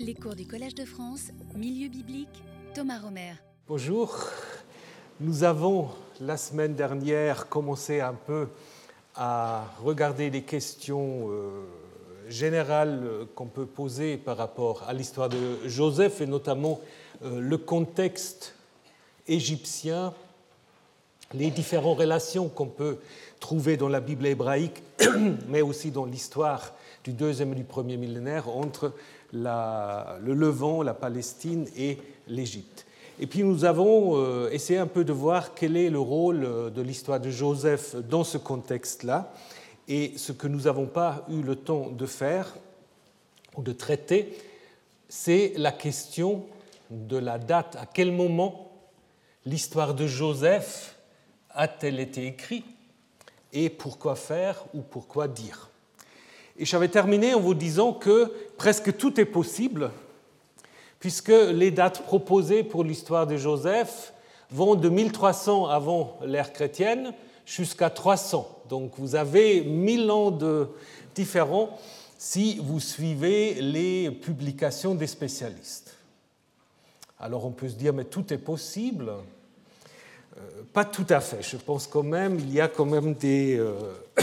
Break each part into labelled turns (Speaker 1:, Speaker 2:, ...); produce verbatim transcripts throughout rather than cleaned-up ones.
Speaker 1: Les cours du Collège de France, Milieu biblique, Thomas Romer.
Speaker 2: Bonjour. Nous avons, la semaine dernière, commencé un peu à regarder les questions euh, générales qu'on peut poser par rapport à l'histoire de Joseph, et notamment euh, le contexte égyptien, les différentes relations qu'on peut trouver dans la Bible hébraïque, mais aussi dans l'histoire du deuxième et du premier millénaire entre la, le Levant, la Palestine et l'Égypte. Et puis nous avons euh, essayé un peu de voir quel est le rôle de l'histoire de Joseph dans ce contexte-là. Et ce que nous n'avons pas eu le temps de faire ou de traiter, c'est la question de la date, à quel moment l'histoire de Joseph a-t-elle été écrite et pourquoi faire ou pourquoi dire. Et j'avais terminé en vous disant que presque tout est possible, puisque les dates proposées pour l'histoire de Joseph vont de mille trois cents avant l'ère chrétienne jusqu'à trois cents. Donc vous avez mille ans de différents si vous suivez les publications des spécialistes. Alors on peut se dire, mais tout est possible. Euh, pas tout à fait. Je pense quand même, il y a quand même des... Euh,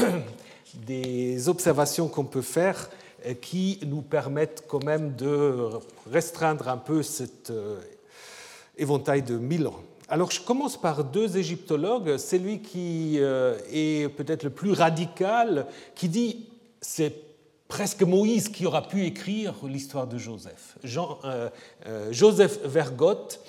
Speaker 2: des observations qu'on peut faire qui nous permettent quand même de restreindre un peu cet éventail de mille ans. Alors je commence par deux égyptologues, celui qui est peut-être le plus radical, qui dit c'est presque Moïse qui aura pu écrire l'histoire de Joseph. Jean, euh, euh, Joseph Vergote,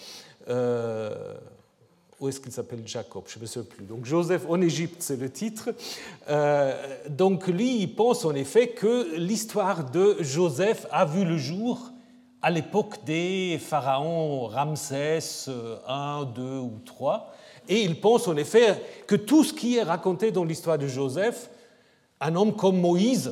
Speaker 2: euh, où est-ce qu'il s'appelle Jacob? Je ne me souviens plus. Donc Joseph en Égypte, c'est le titre. Euh, donc lui, il pense en effet que l'histoire de Joseph a vu le jour à l'époque des pharaons Ramsès un, deux ou trois. Et il pense en effet que tout ce qui est raconté dans l'histoire de Joseph, un homme comme Moïse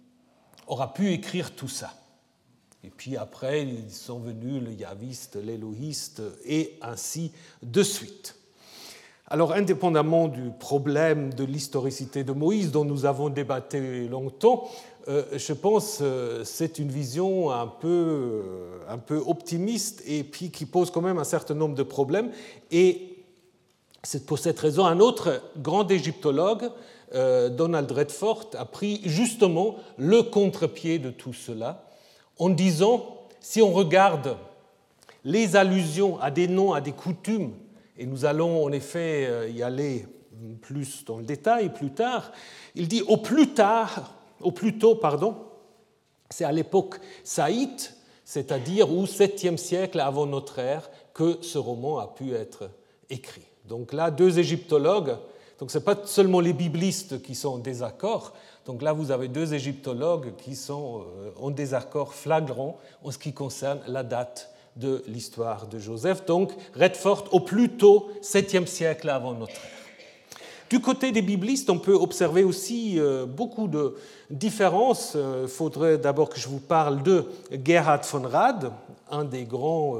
Speaker 2: aura pu écrire tout ça. Et puis après, ils sont venus le yaviste, l'élohiste, et ainsi de suite. Alors, indépendamment du problème de l'historicité de Moïse, dont nous avons débattu longtemps, euh, je pense que euh, c'est une vision un peu, euh, un peu optimiste et puis qui pose quand même un certain nombre de problèmes. Et c'est pour cette raison un autre grand égyptologue, euh, Donald Redford, a pris justement le contre-pied de tout cela, en disant, si on regarde les allusions à des noms, à des coutumes, et nous allons en effet y aller plus dans le détail plus tard, il dit au plus tard, au plus tôt, pardon, c'est à l'époque saïte, c'est-à-dire au septième siècle avant notre ère, que ce roman a pu être écrit. Donc là, deux égyptologues, donc ce n'est pas seulement les biblistes qui sont en désaccord. Donc là, vous avez deux égyptologues qui sont en désaccord flagrant en ce qui concerne la date de l'histoire de Joseph. Donc, Redford, au plus tôt septième siècle avant notre ère. Du côté des biblistes, on peut observer aussi beaucoup de différences. Il faudrait d'abord que je vous parle de Gerhard von Rad, un des grands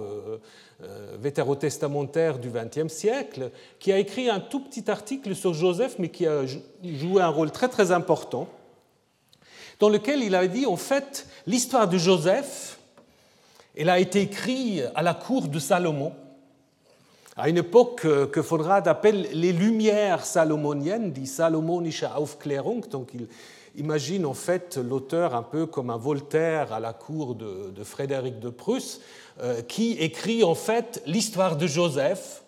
Speaker 2: vétérotestamentaires du vingtième siècle, qui a écrit un tout petit article sur Joseph, mais qui a joué un rôle très très important, dans lequel il a dit, en fait, l'histoire de Joseph, elle a été écrite à la cour de Salomon, à une époque que von Rad appelle les Lumières salomoniennes, dit Salomonische Aufklärung, donc il imagine en fait l'auteur un peu comme un Voltaire à la cour de, de Frédéric de Prusse, euh, qui écrit en fait l'histoire de Joseph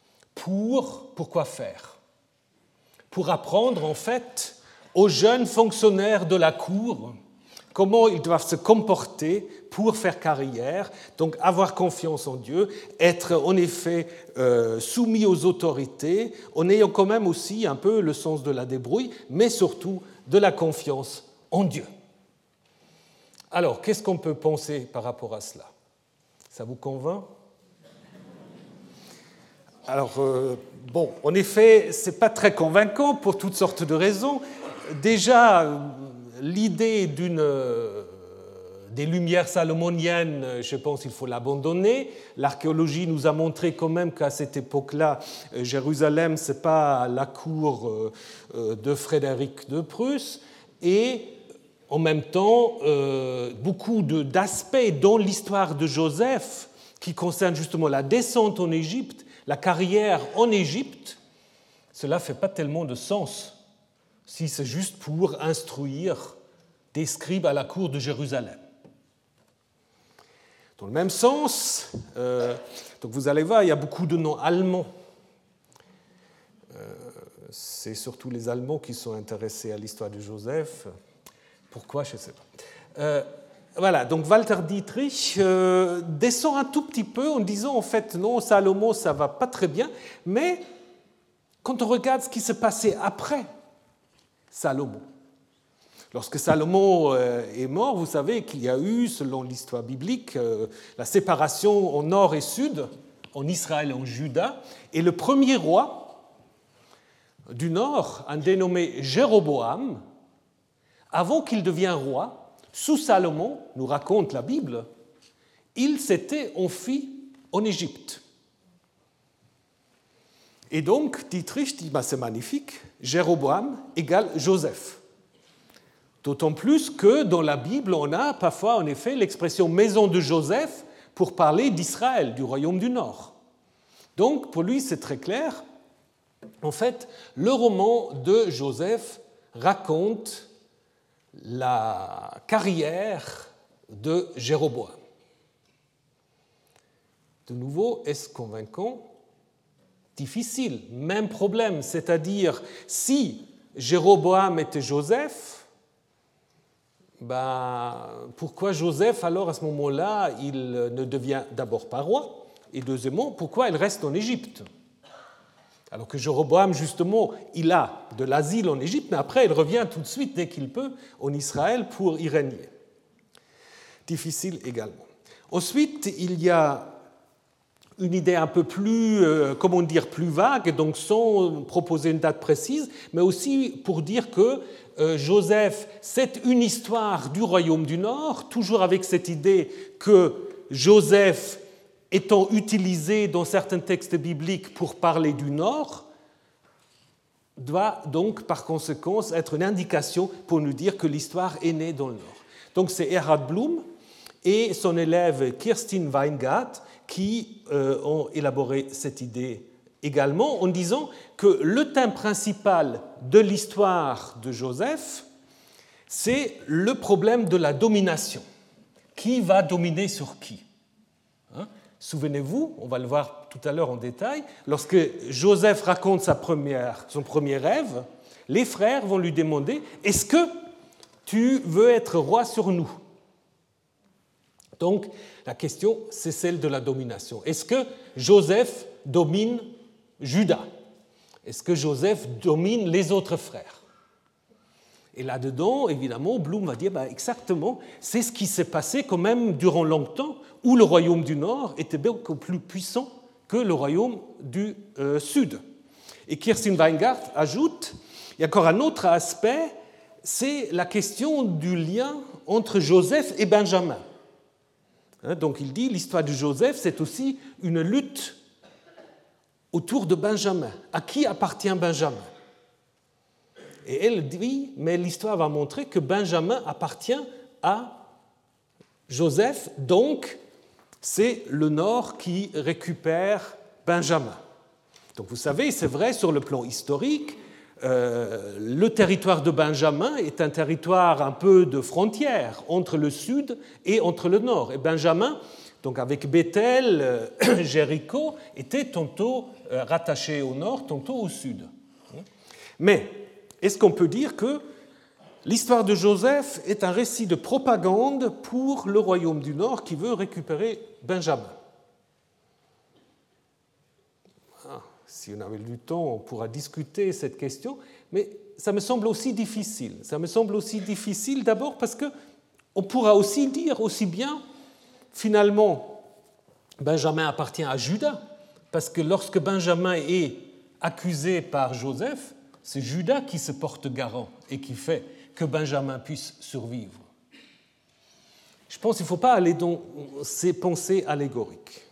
Speaker 2: pour, pour quoi faire? Pour apprendre en fait aux jeunes fonctionnaires de la cour comment ils doivent se comporter pour faire carrière, donc avoir confiance en Dieu, être en effet euh, soumis aux autorités, en ayant quand même aussi un peu le sens de la débrouille, mais surtout de la confiance en Dieu. Alors, qu'est-ce qu'on peut penser par rapport à cela? Ça vous convainc? Alors, euh, bon, en effet, ce n'est pas très convaincant pour toutes sortes de raisons. Déjà, l'idée d'une, euh, des Lumières salomoniennes, je pense qu'il faut l'abandonner. L'archéologie nous a montré quand même qu'à cette époque-là, Jérusalem, ce n'est pas la cour euh, de Frédéric de Prusse. Et en même temps euh, beaucoup de, d'aspects dans l'histoire de Joseph qui concernent justement la descente en Égypte, la carrière en Égypte. Cela ne fait pas tellement de sens si c'est juste pour instruire des scribes à la cour de Jérusalem. Dans le même sens, euh, donc vous allez voir, il y a beaucoup de noms allemands. Euh, c'est surtout les Allemands qui sont intéressés à l'histoire de Joseph. Pourquoi, je ne sais pas. Euh, voilà, donc Walter Dietrich euh, descend un tout petit peu en disant, en fait, non, Salomon, ça ne va pas très bien, mais quand on regarde ce qui s'est passé après Salomon, lorsque Salomon est mort, vous savez qu'il y a eu, selon l'histoire biblique, la séparation en nord et sud, en Israël et en Juda, et le premier roi du nord, un dénommé Jéroboam, avant qu'il devienne roi, sous Salomon, nous raconte la Bible, il s'était enfui en Égypte. Et donc, Dietrich dit, bah, c'est magnifique, Jéroboam égale Joseph. D'autant plus que dans la Bible, on a parfois en effet l'expression maison de Joseph pour parler d'Israël, du royaume du Nord. Donc, pour lui, c'est très clair. En fait, le roman de Joseph raconte la carrière de Jéroboam. De nouveau, est-ce convaincant ? Difficile, même problème, c'est-à-dire si Jéroboam était Joseph, ben, pourquoi Joseph, alors à ce moment-là, il ne devient d'abord pas roi, et deuxièmement, pourquoi il reste en Égypte ? Alors que Jéroboam, justement, il a de l'asile en Égypte, mais après, il revient tout de suite, dès qu'il peut, en Israël pour y régner. Difficile également. Ensuite, il y a une idée un peu plus, euh, comment dire, plus vague, donc sans proposer une date précise, mais aussi pour dire que euh, Joseph, c'est une histoire du royaume du Nord, toujours avec cette idée que Joseph, étant utilisé dans certains textes bibliques pour parler du Nord, doit donc par conséquent être une indication pour nous dire que l'histoire est née dans le Nord. Donc c'est Erhard Blum et son élève Kirstin Weingart qui euh, ont élaboré cette idée également en disant que le thème principal de l'histoire de Joseph, c'est le problème de la domination. Qui va dominer sur qui ? Hein ? Souvenez-vous, on va le voir tout à l'heure en détail, lorsque Joseph raconte sa première, son premier rêve, les frères vont lui demander « Est-ce que tu veux être roi sur nous ?» Donc, la question, c'est celle de la domination. Est-ce que Joseph domine Juda ? Est-ce que Joseph domine les autres frères ? Et là-dedans, évidemment, Blum va dire bah, exactement, c'est ce qui s'est passé quand même durant longtemps, où le royaume du Nord était beaucoup plus puissant que le royaume du euh, Sud. Et Kirstin Weingart ajoute, il y a encore un autre aspect, c'est la question du lien entre Joseph et Benjamin. Donc il dit, l'histoire de Joseph, c'est aussi une lutte autour de Benjamin. À qui appartient Benjamin ? Et elle dit, mais l'histoire va montrer que Benjamin appartient à Joseph, donc c'est le Nord qui récupère Benjamin. Donc vous savez, c'est vrai, sur le plan historique, euh, le territoire de Benjamin est un territoire un peu de frontière entre le sud et entre le nord. Et Benjamin, donc avec Bethel, euh, Jéricho, était tantôt euh, rattaché au nord, tantôt au sud. Mais est-ce qu'on peut dire que l'histoire de Joseph est un récit de propagande pour le royaume du Nord qui veut récupérer Benjamin ? Ah, si on avait du temps, on pourra discuter cette question, mais ça me semble aussi difficile. Ça me semble aussi difficile d'abord parce qu'on pourra aussi dire aussi bien, finalement, Benjamin appartient à Juda, parce que lorsque Benjamin est accusé par Joseph, c'est Juda qui se porte garant et qui fait que Benjamin puisse survivre. Je pense qu'il ne faut pas aller dans ces pensées allégoriques.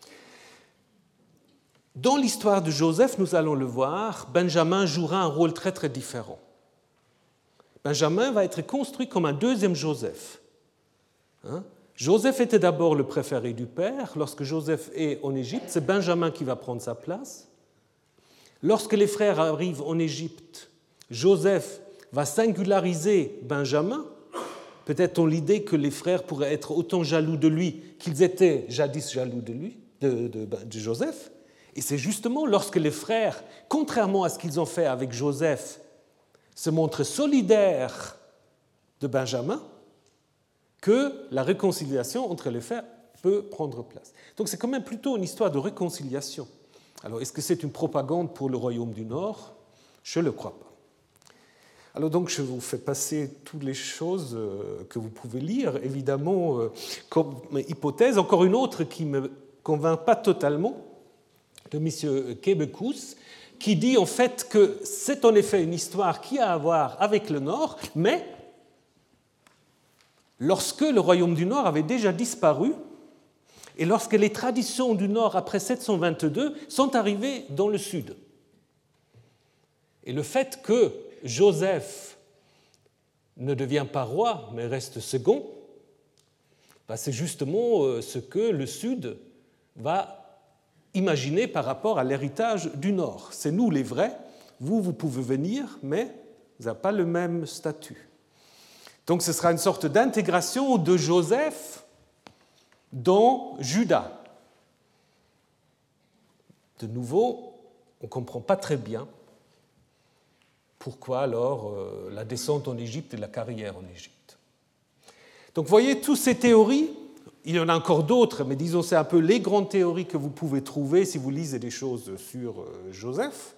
Speaker 2: Dans l'histoire de Joseph, nous allons le voir, Benjamin jouera un rôle très très différent. Benjamin va être construit comme un deuxième Joseph. Hein? Joseph était d'abord le préféré du père. Lorsque Joseph est en Égypte, c'est Benjamin qui va prendre sa place. Lorsque les frères arrivent en Égypte, Joseph va singulariser Benjamin, peut-être dans l'idée que les frères pourraient être autant jaloux de lui qu'ils étaient jadis jaloux de lui, de, de, de Joseph. Et c'est justement lorsque les frères, contrairement à ce qu'ils ont fait avec Joseph, se montrent solidaires de Benjamin, que la réconciliation entre les frères peut prendre place. Donc c'est quand même plutôt une histoire de réconciliation. Alors est-ce que c'est une propagande pour le royaume du Nord? Je ne le crois pas. Alors donc je vous fais passer toutes les choses que vous pouvez lire, évidemment, comme hypothèse. Encore une autre qui ne me convainc pas totalement, de M. Québecous, qui dit en fait que c'est en effet une histoire qui a à voir avec le Nord, mais lorsque le royaume du Nord avait déjà disparu et lorsque les traditions du Nord après sept cent vingt-deux sont arrivées dans le Sud. Et le fait que Joseph ne devient pas roi mais reste second, ben c'est justement ce que le Sud va imaginer par rapport à l'héritage du Nord. C'est nous les vrais, vous, vous pouvez venir, mais vous n'avez pas le même statut. Donc ce sera une sorte d'intégration de Joseph dans Juda. De nouveau, on ne comprend pas très bien pourquoi alors euh, la descente en Égypte et la carrière en Égypte. Donc vous voyez, toutes ces théories, il y en a encore d'autres, mais disons c'est un peu les grandes théories que vous pouvez trouver si vous lisez des choses sur euh, Joseph.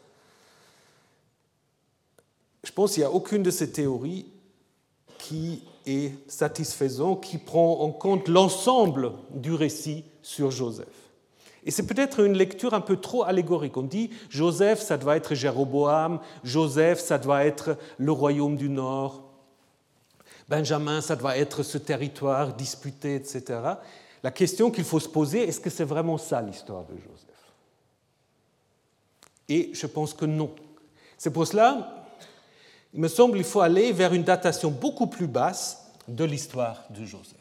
Speaker 2: Je pense qu'il n'y a aucune de ces théories qui est satisfaisant, qui prend en compte l'ensemble du récit sur Joseph. Et c'est peut-être une lecture un peu trop allégorique. On dit Joseph, ça doit être Jéroboam, Joseph, ça doit être le royaume du Nord, Benjamin, ça doit être ce territoire disputé, et cetera. La question qu'il faut se poser, est-ce que c'est vraiment ça l'histoire de Joseph? Et je pense que non. C'est pour cela, il me semble qu'il faut aller vers une datation beaucoup plus basse de l'histoire de Joseph.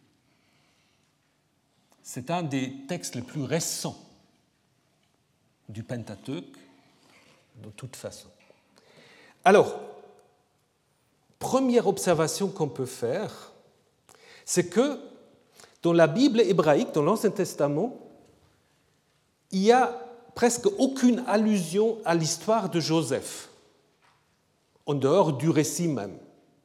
Speaker 2: C'est un des textes les plus récents du Pentateuque, de toute façon. Alors, première observation qu'on peut faire, c'est que dans la Bible hébraïque, dans l'Ancien Testament, il n'y a presque aucune allusion à l'histoire de Joseph, en dehors du récit même.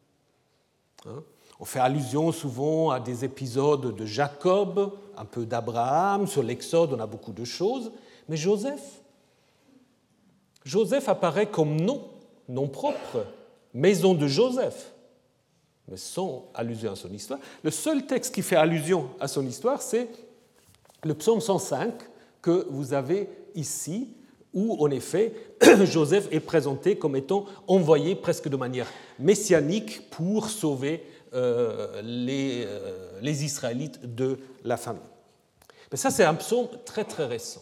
Speaker 2: On fait allusion souvent à des épisodes de Jacob, un peu d'Abraham, sur l'Exode, on a beaucoup de choses, mais Joseph, Joseph apparaît comme nom, nom propre, maison de Joseph, mais sans allusion à son histoire. Le seul texte qui fait allusion à son histoire, c'est le psaume cent cinq que vous avez ici, où, en effet, Joseph est présenté comme étant envoyé presque de manière messianique pour sauver euh, les, euh, les Israélites de la famine. Mais ça, c'est un psaume très, très récent.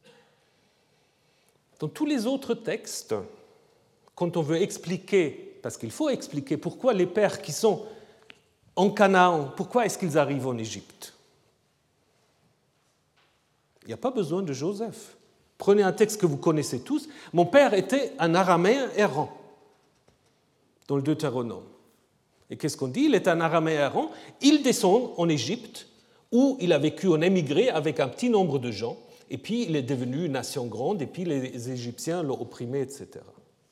Speaker 2: Dans tous les autres textes, quand on veut expliquer, parce qu'il faut expliquer pourquoi les pères qui sont en Canaan, pourquoi est-ce qu'ils arrivent en Égypte? Il n'y a pas besoin de Joseph. Prenez un texte que vous connaissez tous. Mon père était un araméen errant, dans le Deutéronome. Et qu'est-ce qu'on dit? Il est un araméen errant. Il descend en Égypte, où il a vécu en émigré avec un petit nombre de gens, et puis il est devenu une nation grande, et puis les Égyptiens l'ont opprimé, et cetera.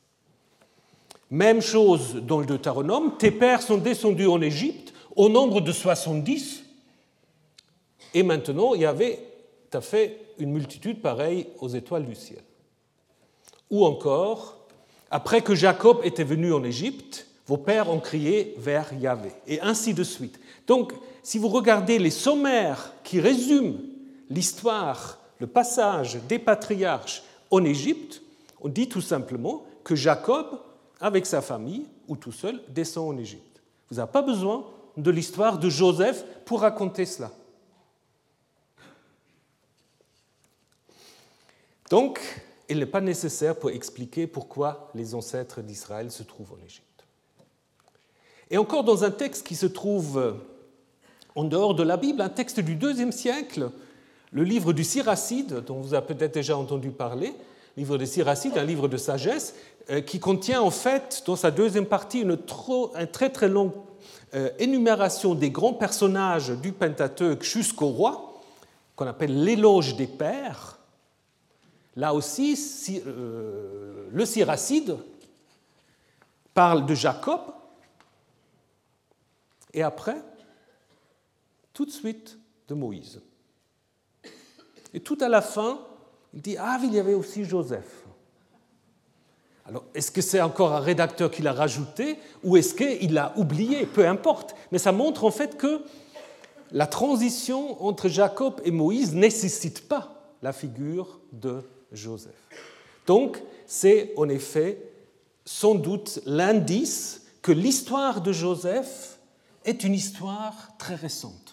Speaker 2: Même chose dans le Deutéronome. Tes pères sont descendus en Égypte au nombre de soixante-dix, et maintenant il y avait tout à fait une multitude pareille aux étoiles du ciel. Ou encore, après que Jacob était venu en Égypte, vos pères ont crié vers Yahvé, et ainsi de suite. Donc, si vous regardez les sommaires qui résument l'histoire, le passage des patriarches en Égypte, on dit tout simplement que Jacob, avec sa famille, ou tout seul, descend en Égypte. Vous n'avez pas besoin de l'histoire de Joseph pour raconter cela. Donc, il n'est pas nécessaire pour expliquer pourquoi les ancêtres d'Israël se trouvent en Égypte. Et encore dans un texte qui se trouve en dehors de la Bible, un texte du deuxième siècle, le livre du Siracide, dont vous avez peut-être déjà entendu parler, le livre du Siracide, un livre de sagesse, euh, qui contient en fait, dans sa deuxième partie, une, trop, une très très longue euh, énumération des grands personnages du Pentateuque jusqu'au roi, qu'on appelle l'éloge des pères. Là aussi, si, euh, le Siracide parle de Jacob, et après, tout de suite, de Moïse. Et tout à la fin, il dit « Ah, il y avait aussi Joseph ». Alors, est-ce que c'est encore un rédacteur qui l'a rajouté ou est-ce qu'il l'a oublié? Peu importe. Mais ça montre en fait que la transition entre Jacob et Moïse ne nécessite pas la figure de Joseph. Donc, c'est en effet sans doute l'indice que l'histoire de Joseph est une histoire très récente.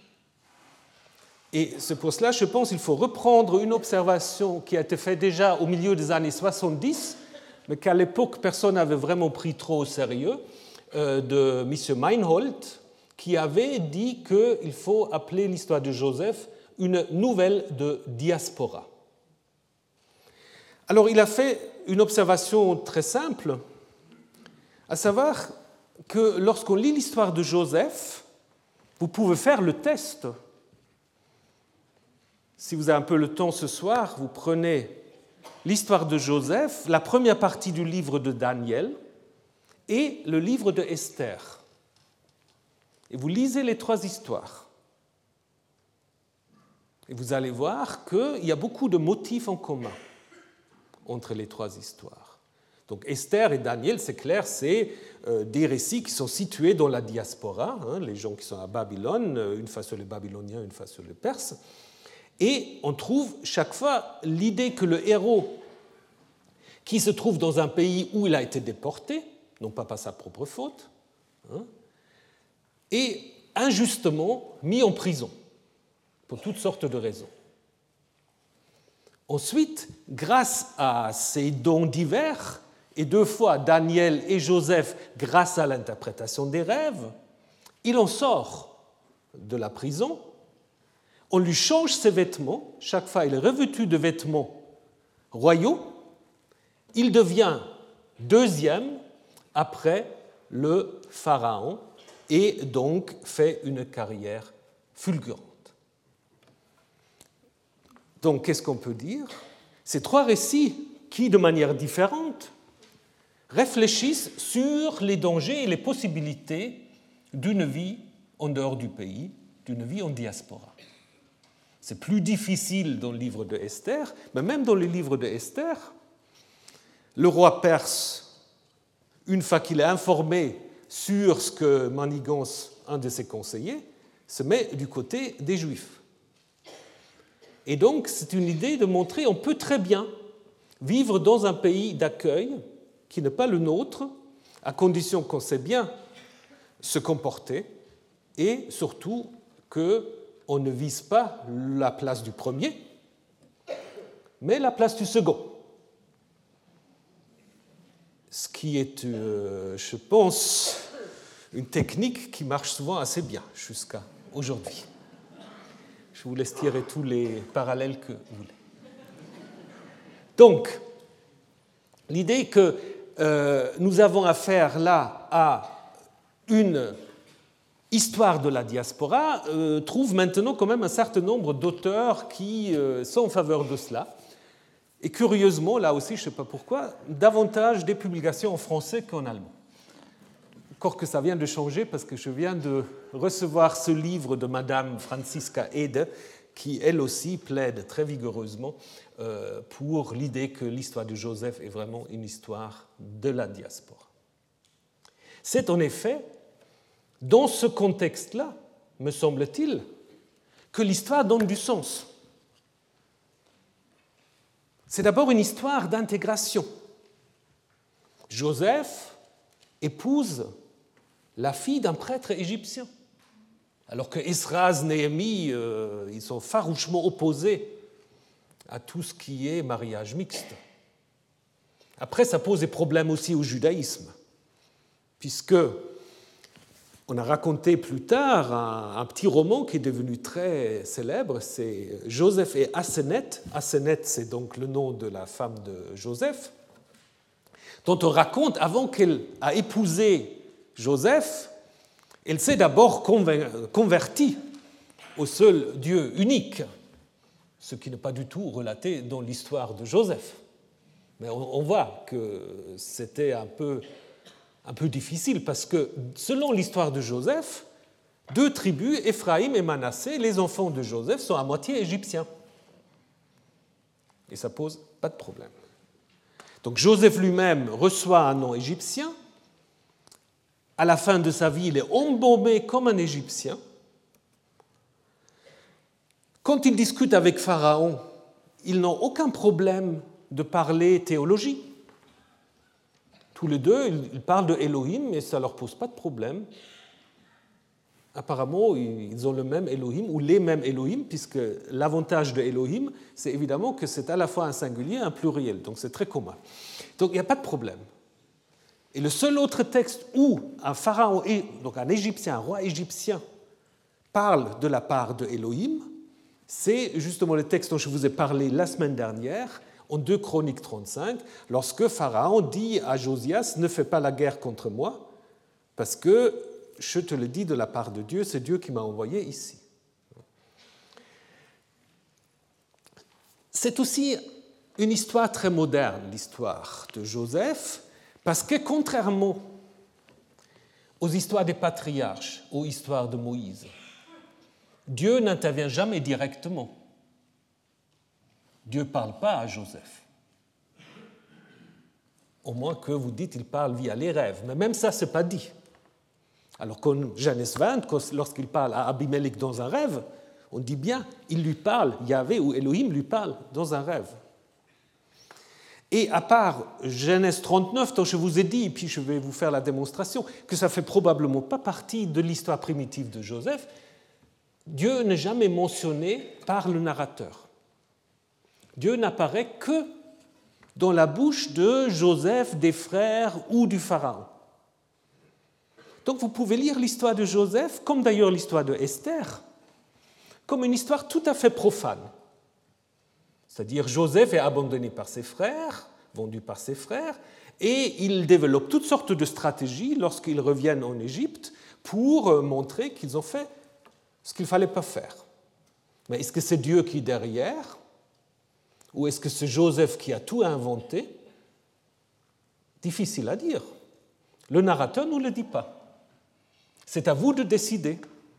Speaker 2: Et c'est pour cela, je pense, qu'il faut reprendre une observation qui a été faite déjà au milieu des années soixante-dix, mais qu'à l'époque, personne n'avait vraiment pris trop au sérieux, euh, de M. Meinhold, qui avait dit qu'il faut appeler l'histoire de Joseph une nouvelle de diaspora. Alors, il a fait une observation très simple, à savoir que lorsqu'on lit l'histoire de Joseph, vous pouvez faire le test. Si vous avez un peu le temps ce soir, vous prenez l'histoire de Joseph, la première partie du livre de Daniel et le livre de Esther. Et vous lisez les trois histoires. Et vous allez voir qu'il y a beaucoup de motifs en commun entre les trois histoires. Donc Esther et Daniel, c'est clair, c'est euh, des récits qui sont situés dans la diaspora, hein, les gens qui sont à Babylone, une fois sur les Babyloniens, une fois sur les Perses. Et on trouve chaque fois l'idée que le héros, qui se trouve dans un pays où il a été déporté, non pas par sa propre faute, hein, est injustement mis en prison, pour toutes sortes de raisons. Ensuite, grâce à ces dons divers, et deux fois Daniel et Joseph, grâce à l'interprétation des rêves, il en sort de la prison. On lui change ses vêtements, chaque fois il est revêtu de vêtements royaux, il devient deuxième après le pharaon et donc fait une carrière fulgurante. Donc qu'est-ce qu'on peut dire? Ces trois récits qui, de manière différente, réfléchissent sur les dangers et les possibilités d'une vie en dehors du pays, d'une vie en diaspora. C'est plus difficile dans le livre de Esther, mais même dans le livre de Esther, le roi perse, une fois qu'il est informé sur ce que Manigance, un de ses conseillers, se met du côté des Juifs. Et donc, c'est une idée de montrer qu'on peut très bien vivre dans un pays d'accueil qui n'est pas le nôtre, à condition qu'on sait bien se comporter et surtout que on ne vise pas la place du premier, mais la place du second. Ce qui est, euh, je pense, une technique qui marche souvent assez bien jusqu'à aujourd'hui. Je vous laisse tirer tous les parallèles que vous voulez. Donc, l'idée que euh, nous avons affaire là à une histoire de la diaspora euh, trouve maintenant quand même un certain nombre d'auteurs qui euh, sont en faveur de cela. Et curieusement, là aussi, je ne sais pas pourquoi, davantage des publications en français qu'en allemand. Encore que ça vient de changer parce que je viens de recevoir ce livre de Madame Franziska Ede qui, elle aussi, plaide très vigoureusement euh, pour l'idée que l'histoire de Joseph est vraiment une histoire de la diaspora. C'est en effet dans ce contexte-là, me semble-t-il, que l'histoire donne du sens. C'est d'abord une histoire d'intégration. Joseph épouse la fille d'un prêtre égyptien, alors que Esdras, Néhémie, euh, ils sont farouchement opposés à tout ce qui est mariage mixte. Après, ça pose des problèmes aussi au judaïsme, puisque on a raconté plus tard un, un petit roman qui est devenu très célèbre, c'est Joseph et Asenath. Asenath, c'est donc le nom de la femme de Joseph, dont on raconte, avant qu'elle ait épousé Joseph, elle s'est d'abord convertie au seul Dieu unique, ce qui n'est pas du tout relaté dans l'histoire de Joseph. Mais on voit que c'était un peu, un peu difficile, parce que selon l'histoire de Joseph, deux tribus, Éphraïm et Manassé, les enfants de Joseph, sont à moitié égyptiens. Et ça ne pose pas de problème. Donc Joseph lui-même reçoit un nom égyptien. À la fin de sa vie, il est embaumé comme un Égyptien. Quand il discute avec Pharaon, ils n'ont aucun problème de parler théologie. Tous les deux, ils parlent de Elohim, mais ça ne leur pose pas de problème. Apparemment, ils ont le même Elohim, ou les mêmes Elohim, puisque l'avantage de Elohim, c'est évidemment que c'est à la fois un singulier et un pluriel, donc c'est très commun. Donc il n'y a pas de problème. Et le seul autre texte où un pharaon, donc un Égyptien, un roi égyptien, parle de la part de Elohim, c'est justement le texte dont je vous ai parlé la semaine dernière, en deux Chroniques trente-cinq, lorsque Pharaon dit à Josias « Ne fais pas la guerre contre moi, parce que je te le dis de la part de Dieu, c'est Dieu qui m'a envoyé ici. » C'est aussi une histoire très moderne, l'histoire de Joseph, parce que contrairement aux histoires des patriarches, aux histoires de Moïse, Dieu n'intervient jamais directement. Dieu ne parle pas à Joseph. Au moins que vous dites qu'il parle via les rêves. Mais même ça, ce n'est pas dit. Alors qu'en Genèse vingt, lorsqu'il parle à Abimelech dans un rêve, on dit bien, il lui parle, Yahvé ou Elohim lui parle dans un rêve. Et à part Genèse trente-neuf, dont je vous ai dit, et puis je vais vous faire la démonstration, que ça ne fait probablement pas partie de l'histoire primitive de Joseph, Dieu n'est jamais mentionné par le narrateur. Dieu n'apparaît que dans la bouche de Joseph, des frères ou du Pharaon. Donc vous pouvez lire l'histoire de Joseph, comme d'ailleurs l'histoire de Esther, comme une histoire tout à fait profane. C'est-à-dire Joseph est abandonné par ses frères, vendu par ses frères, et il développe toutes sortes de stratégies lorsqu'ils reviennent en Égypte pour montrer qu'ils ont fait ce qu'il ne fallait pas faire. Mais est-ce que c'est Dieu qui est derrière ? Ou est-ce que c'est Joseph qui a tout inventé ? Difficile à dire. Le narrateur ne nous le dit pas. C'est à vous de décider.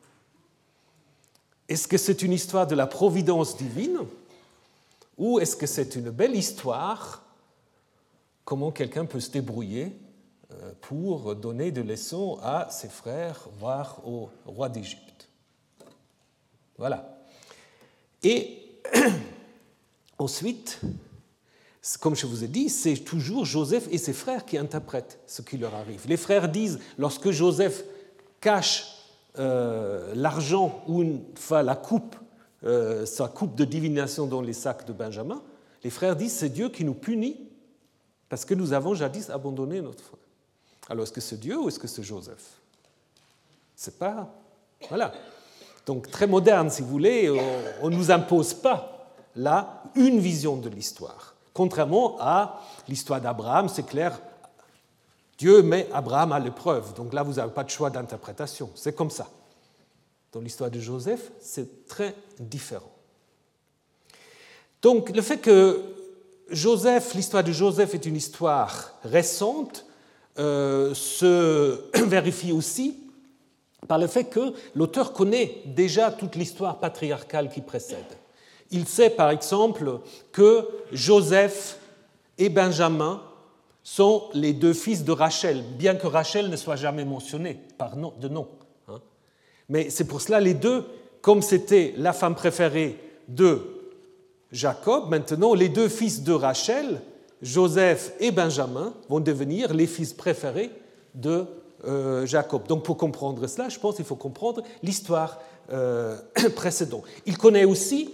Speaker 2: Est-ce que c'est une histoire de la providence divine ? Ou est-ce que c'est une belle histoire, comment quelqu'un peut se débrouiller pour donner des leçons à ses frères, voire au roi d'Égypte ? Voilà. Et ensuite, comme je vous ai dit, c'est toujours Joseph et ses frères qui interprètent ce qui leur arrive. Les frères disent, lorsque Joseph cache euh, l'argent ou une fois la coupe, euh, sa coupe de divination dans les sacs de Benjamin, les frères disent, c'est Dieu qui nous punit parce que nous avons jadis abandonné notre foi. Alors, est-ce que c'est Dieu ou est-ce que c'est Joseph ? C'est pas... Voilà. Donc, très moderne, si vous voulez, on ne nous impose pas, là, une vision de l'histoire. Contrairement à l'histoire d'Abraham, c'est clair, Dieu met Abraham à l'épreuve. Donc là, vous n'avez pas de choix d'interprétation. C'est comme ça. Dans l'histoire de Joseph, c'est très différent. Donc, le fait que Joseph, l'histoire de Joseph est une histoire récente, euh, se vérifie aussi par le fait que l'auteur connaît déjà toute l'histoire patriarcale qui précède. Il sait par exemple que Joseph et Benjamin sont les deux fils de Rachel, bien que Rachel ne soit jamais mentionnée par nom, de nom. Hein. Mais c'est pour cela les deux, comme c'était la femme préférée de Jacob, maintenant les deux fils de Rachel, Joseph et Benjamin, vont devenir les fils préférés de Euh, Jacob. Donc pour comprendre cela, je pense qu'il faut comprendre l'histoire euh, précédente. Il connaît aussi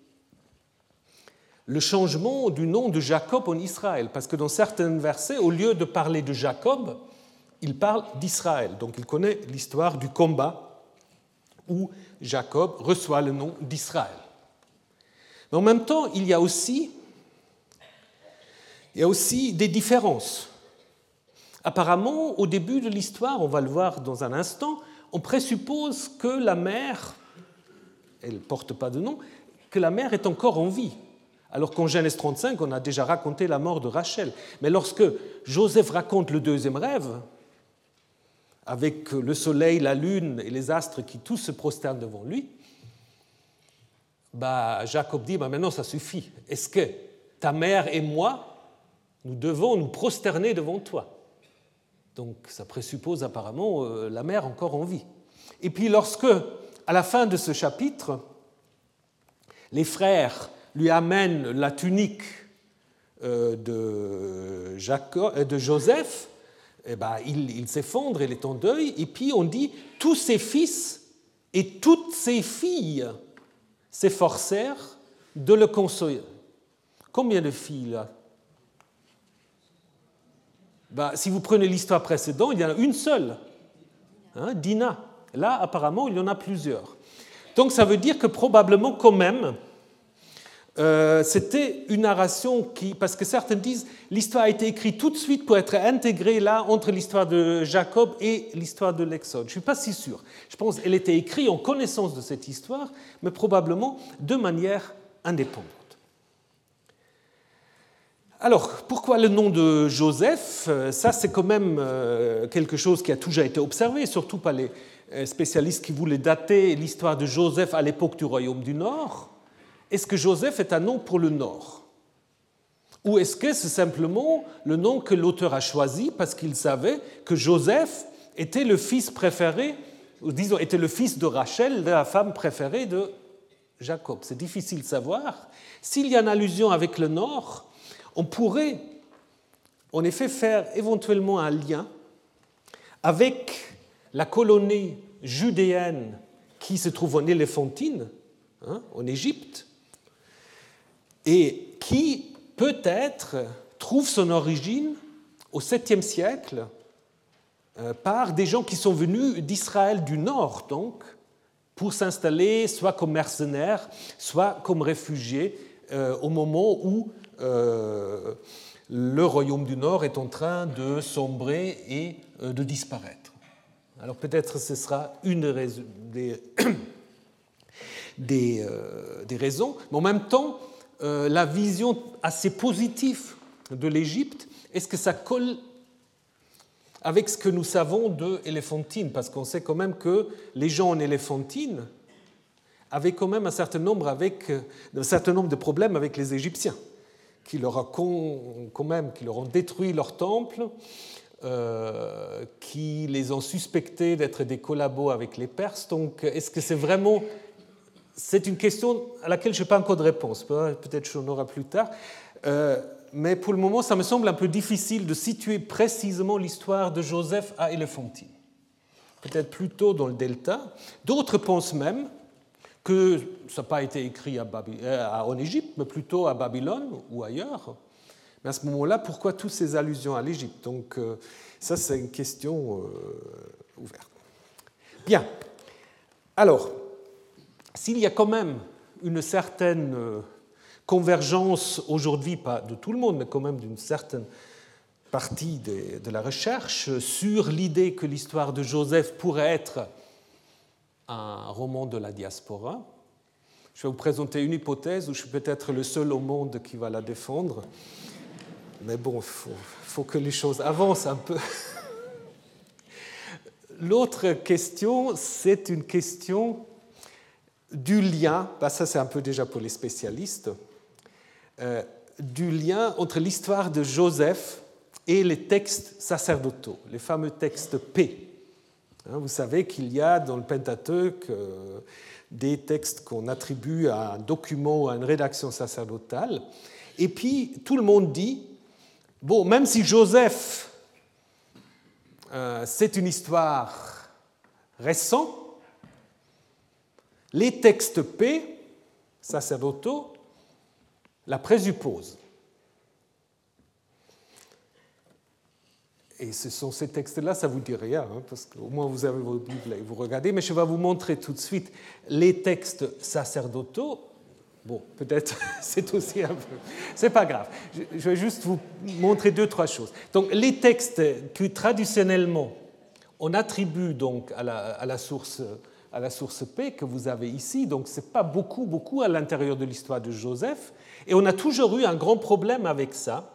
Speaker 2: le changement du nom de Jacob en Israël, parce que dans certains versets, au lieu de parler de Jacob, il parle d'Israël. Donc il connaît l'histoire du combat où Jacob reçoit le nom d'Israël. Mais en même temps, il y a aussi, il y a aussi des différences. Apparemment, au début de l'histoire, on va le voir dans un instant, on présuppose que la mère, elle ne porte pas de nom, que la mère est encore en vie. Alors qu'en Genèse trente-cinq, on a déjà raconté la mort de Rachel. Mais lorsque Joseph raconte le deuxième rêve, avec le soleil, la lune et les astres qui tous se prosternent devant lui, bah, Jacob dit, bah, maintenant ça suffit. Est-ce que ta mère et moi, nous devons nous prosterner devant toi? Donc ça présuppose apparemment euh, la mère encore en vie. Et puis lorsque, à la fin de ce chapitre, les frères lui amènent la tunique euh, de, Jacob, euh, de Joseph, eh ben, il, il s'effondre, il est en deuil, et puis on dit « tous ses fils et toutes ses filles s'efforcèrent de le consoler ». Combien de filles là? Ben, si vous prenez l'histoire précédente, il y en a une seule, hein, Dina. Là, apparemment, il y en a plusieurs. Donc ça veut dire que probablement quand même, euh, c'était une narration qui, parce que certains disent, l'histoire a été écrite tout de suite pour être intégrée là entre l'histoire de Jacob et l'histoire de l'Exode. Je ne suis pas si sûr. Je pense qu'elle était écrite en connaissance de cette histoire, mais probablement de manière indépendante. Alors, pourquoi le nom de Joseph? Ça, c'est quand même quelque chose qui a toujours été observé, surtout par les spécialistes qui voulaient dater l'histoire de Joseph à l'époque du royaume du Nord. Est-ce que Joseph est un nom pour le Nord? Ou est-ce que c'est simplement le nom que l'auteur a choisi parce qu'il savait que Joseph était le fils préféré, ou disons, était le fils de Rachel, de la femme préférée de Jacob? C'est difficile de savoir. S'il y a une allusion avec le Nord, on pourrait en effet faire éventuellement un lien avec la colonie judéenne qui se trouve en Éléphantine, hein, en Égypte, et qui peut-être trouve son origine au septième siècle euh, par des gens qui sont venus d'Israël du Nord, donc, pour s'installer soit comme mercenaires, soit comme réfugiés euh, au moment où Euh, le royaume du Nord est en train de sombrer et euh, de disparaître. Alors peut-être ce sera une des, des, euh, des raisons, mais en même temps, euh, la vision assez positive de l'Égypte, est-ce que ça colle avec ce que nous savons de Éléphantine? Parce qu'on sait quand même que les gens en Éléphantine avaient quand même un certain nombre, avec, un certain nombre de problèmes avec les Égyptiens, qui leur, a con, quand même, qui leur ont détruit leur temple, euh, qui les ont suspectés d'être des collabos avec les Perses. Donc, est-ce que c'est vraiment... C'est une question à laquelle je n'ai pas encore de réponse. Peut-être j'en aurai plus tard. Euh, mais pour le moment, ça me semble un peu difficile de situer précisément l'histoire de Joseph à Éléphantine. Peut-être plutôt dans le delta. D'autres pensent même que ça n'a pas été écrit à Baby... en Égypte, mais plutôt à Babylone ou ailleurs. Mais à ce moment-là, pourquoi toutes ces allusions à l'Égypte? Donc euh, ça, c'est une question euh, ouverte. Bien. Alors, s'il y a quand même une certaine euh, convergence aujourd'hui, pas de tout le monde, mais quand même d'une certaine partie de, de la recherche, sur l'idée que l'histoire de Joseph pourrait être un roman de la diaspora. Je vais vous présenter une hypothèse où je suis peut-être le seul au monde qui va la défendre. Mais bon, il faut, faut que les choses avancent un peu. L'autre question, c'est une question du lien, bah ça c'est un peu déjà pour les spécialistes, euh, du lien entre l'histoire de Joseph et les textes sacerdotaux, les fameux textes P. Vous savez qu'il y a dans le Pentateuque des textes qu'on attribue à un document ou à une rédaction sacerdotale. Et puis, tout le monde dit, bon, même si Joseph, euh, c'est une histoire récente, les textes P, sacerdotaux, la présupposent. Et ce sont ces textes-là, ça ne vous dit rien, hein, parce qu'au moins vous avez votre Bible et vous regardez, mais je vais vous montrer tout de suite les textes sacerdotaux. Bon, peut-être c'est aussi un peu... C'est pas grave, je vais juste vous montrer deux, trois choses. Donc, les textes que traditionnellement on attribue donc à la, à la source... à la source P que vous avez ici, donc ce n'est pas beaucoup, beaucoup à l'intérieur de l'histoire de Joseph, et on a toujours eu un grand problème avec ça,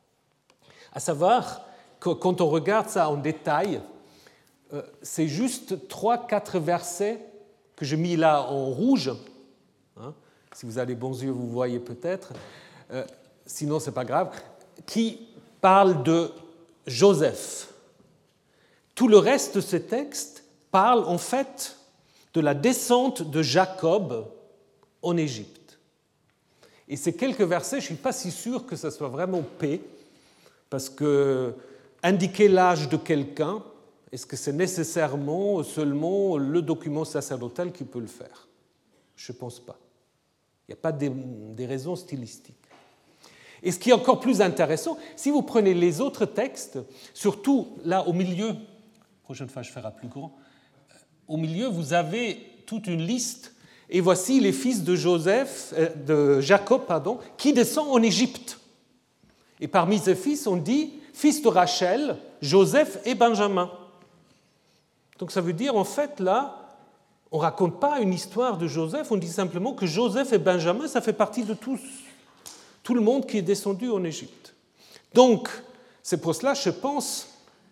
Speaker 2: à savoir que quand on regarde ça en détail, euh, c'est juste trois, quatre versets que j'ai mis là en rouge, hein, si vous avez les bons yeux, vous voyez peut-être, euh, sinon ce n'est pas grave, qui parlent de Joseph. Tout le reste de ce texte parle en fait de la descente de Jacob en Égypte. Et ces quelques versets, je ne suis pas si sûr que ce soit vraiment P, parce que indiquer l'âge de quelqu'un, est-ce que c'est nécessairement seulement le document sacerdotal qui peut le faire? Je ne pense pas. Il n'y a pas des, des raisons stylistiques. Et ce qui est encore plus intéressant, si vous prenez les autres textes, surtout là au milieu, la prochaine fois je ferai plus grand, au milieu, vous avez toute une liste, et voici les fils de Joseph, de Jacob, pardon, qui descend en Égypte. Et parmi ces fils, on dit fils de Rachel, Joseph et Benjamin. Donc ça veut dire, en fait, là, on ne raconte pas une histoire de Joseph, on dit simplement que Joseph et Benjamin, ça fait partie de tous, tout le monde qui est descendu en Égypte. Donc, c'est pour cela, je pense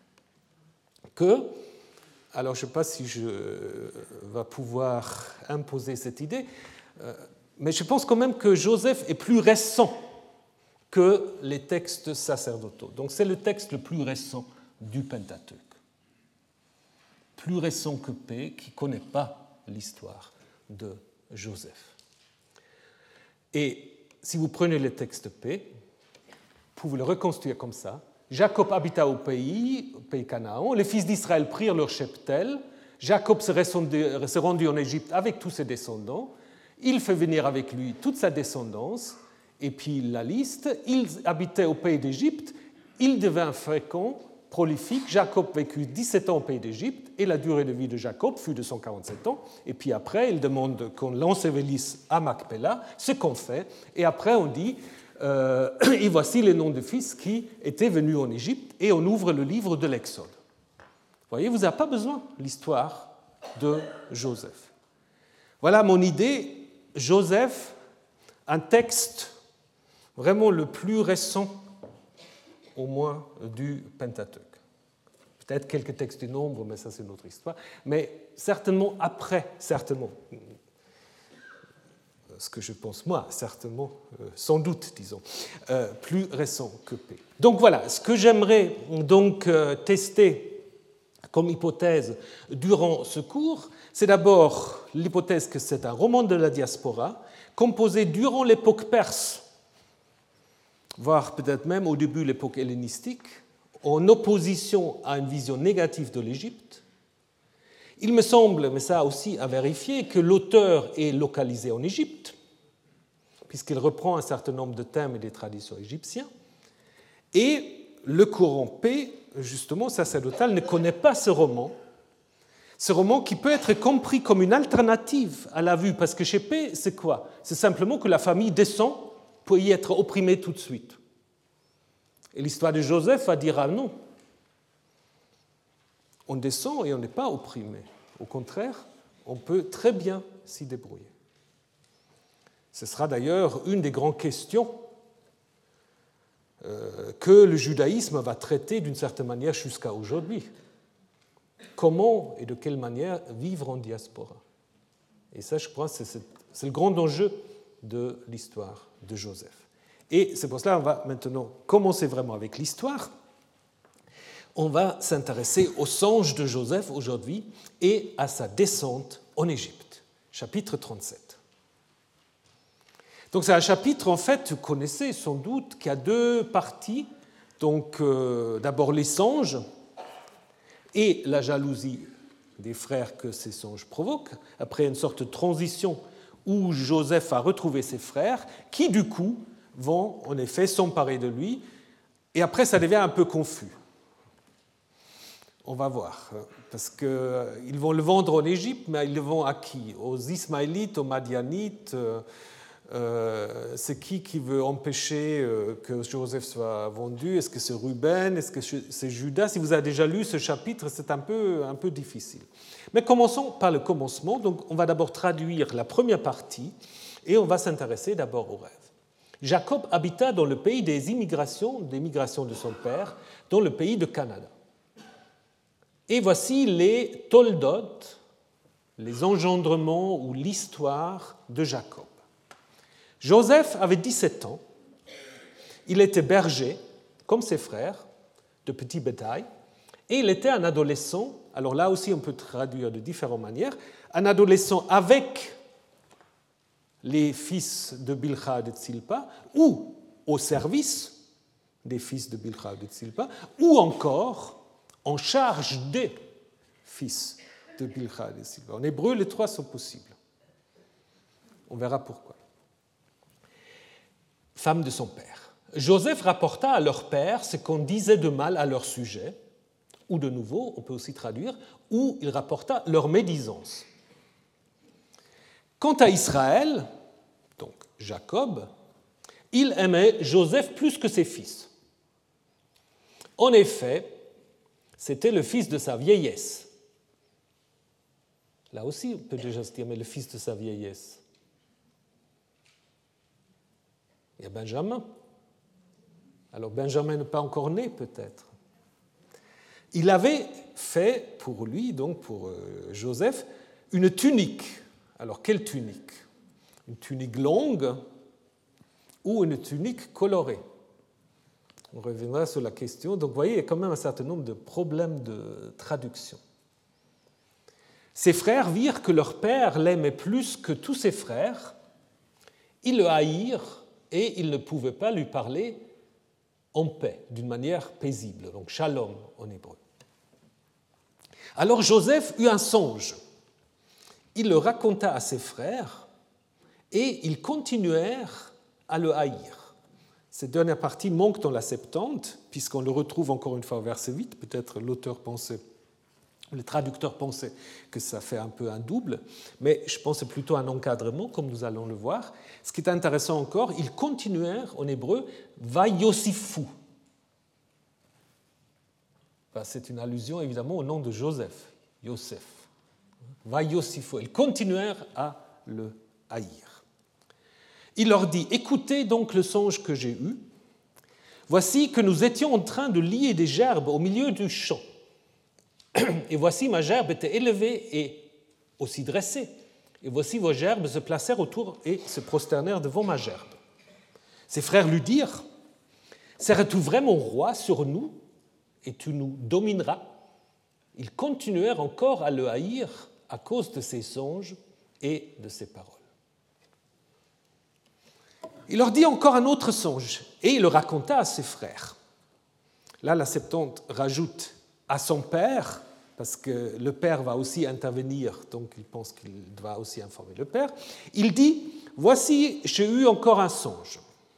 Speaker 2: que... Alors, je ne sais pas si je vais pouvoir imposer cette idée, mais je pense quand même que Joseph est plus récent que les textes sacerdotaux. Donc, c'est le texte le plus récent du Pentateuque. Plus récent que P, qui ne connaît pas l'histoire de Joseph. Et si vous prenez le texte P, vous pouvez le reconstruire comme ça. Jacob habita au pays, au pays Canaan. Les fils d'Israël prirent leur cheptel. Jacob se rendit en Égypte avec tous ses descendants. Il fait venir avec lui toute sa descendance. Et puis la liste. Ils habitaient au pays d'Égypte. Il devint fécond, prolifique. Jacob vécut dix-sept ans au pays d'Égypte. Et la durée de vie de Jacob fut de cent quarante-sept ans. Et puis après, il demande qu'on l'ensevelisse à Macpéla, ce qu'on fait. Et après, on dit... Euh, et voici les noms de fils qui étaient venus en Égypte, et on ouvre le livre de l'Exode. Vous voyez, vous n'avez pas besoin de l'histoire de Joseph. Voilà mon idée. Joseph, un texte vraiment le plus récent, au moins, du Pentateuque. Peut-être quelques textes du Nombre, mais ça c'est une autre histoire. Mais certainement après, certainement. Ce que je pense moi, certainement, euh, sans doute, disons, euh, plus récent que P. Donc voilà, ce que j'aimerais donc euh, tester comme hypothèse durant ce cours, c'est d'abord l'hypothèse que c'est un roman de la diaspora, composé durant l'époque perse, voire peut-être même au début de l'époque hellénistique, en opposition à une vision négative de l'Égypte. Il me semble, mais ça aussi à vérifier, que l'auteur est localisé en Égypte, puisqu'il reprend un certain nombre de thèmes et des traditions égyptiens. Et le courant P, justement, sacerdotal, ne connaît pas ce roman. Ce roman qui peut être compris comme une alternative à la vue, parce que chez P, c'est quoi? C'est simplement que la famille descend pour y être opprimée tout de suite. Et l'histoire de Joseph va dire ah non. On descend et on n'est pas opprimé. Au contraire, on peut très bien s'y débrouiller. Ce sera d'ailleurs une des grandes questions que le judaïsme va traiter d'une certaine manière jusqu'à aujourd'hui. Comment et de quelle manière vivre en diaspora? Et ça, je crois, c'est, c'est le grand enjeu de l'histoire de Joseph. Et c'est pour cela qu'on va maintenant commencer vraiment avec l'histoire. On va s'intéresser au songe de Joseph aujourd'hui et à sa descente en Égypte. Chapitre trente-sept. Donc c'est un chapitre, en fait, vous connaissez sans doute, qui a deux parties. Donc euh, d'abord les songes et la jalousie des frères que ces songes provoquent. Après une sorte de transition où Joseph a retrouvé ses frères, qui du coup vont en effet s'emparer de lui. Et après ça devient un peu confus. On va voir, parce qu'ils vont le vendre en Égypte, mais ils le vendent à qui? Aux Ismaélites, aux Madianites. Euh, c'est qui qui veut empêcher que Joseph soit vendu? Est-ce que c'est Ruben? Est-ce que c'est Judas? Si vous avez déjà lu ce chapitre, c'est un peu, un peu difficile. Mais commençons par le commencement. Donc, on va d'abord traduire la première partie et on va s'intéresser d'abord au rêve. Jacob habita dans le pays des immigrations, des migrations de son père, dans le pays de Canada. Et voici les toldot, les engendrements ou l'histoire de Jacob. Joseph avait dix-sept ans. Il était berger, comme ses frères, de petit bétail, et il était un adolescent, alors là aussi on peut traduire de différentes manières, un adolescent avec les fils de Bilha et de Tzilpa, ou au service des fils de Bilha et de Tzilpa, ou encore en charge des fils de Bilha et de Tzilpa. En hébreu, les trois sont possibles. On verra pourquoi. Femme de son père. Joseph rapporta à leur père ce qu'on disait de mal à leur sujet, ou de nouveau, on peut aussi traduire, ou il rapporta leur médisance. Quant à Israël, donc Jacob, il aimait Joseph plus que ses fils. En effet, c'était le fils de sa vieillesse. Là aussi, on peut déjà se dire, mais le fils de sa vieillesse. Il y a Benjamin. Alors Benjamin n'est pas encore né, peut-être. Il avait fait pour lui, donc pour Joseph, une tunique. Alors quelle tunique? Une tunique longue ou une tunique colorée? On reviendra sur la question. Donc vous voyez, il y a quand même un certain nombre de problèmes de traduction. Ses frères virent que leur père l'aimait plus que tous ses frères. Ils le haïrent et ils ne pouvaient pas lui parler en paix, d'une manière paisible. Donc shalom en hébreu. Alors Joseph eut un songe. Il le raconta à ses frères et ils continuèrent à le haïr. Cette dernière partie manque dans la Septante, puisqu'on le retrouve encore une fois au verset huit. Peut-être l'auteur pensait, le traducteur pensait que ça fait un peu un double, mais je pense que c'est plutôt un encadrement, comme nous allons le voir. Ce qui est intéressant encore, ils continuèrent en hébreu « vayosifu ». C'est une allusion évidemment au nom de Joseph, Yosef. Vayosifu. Ils continuèrent à le haïr. Il leur dit, écoutez donc le songe que j'ai eu. Voici que nous étions en train de lier des gerbes au milieu du champ. Et voici ma gerbe était élevée et aussi dressée. Et voici vos gerbes se placèrent autour et se prosternèrent devant ma gerbe. Ses frères lui dirent, serais-tu vraiment roi sur nous et tu nous domineras? Ils continuèrent encore à le haïr à cause de ses songes et de ses paroles. Il leur dit encore un autre songe, et il le raconta à ses frères. Là, la Septante rajoute à son père, parce que le père va aussi intervenir, donc il pense qu'il doit aussi informer le père. Il dit, voici, j'ai eu encore un songe.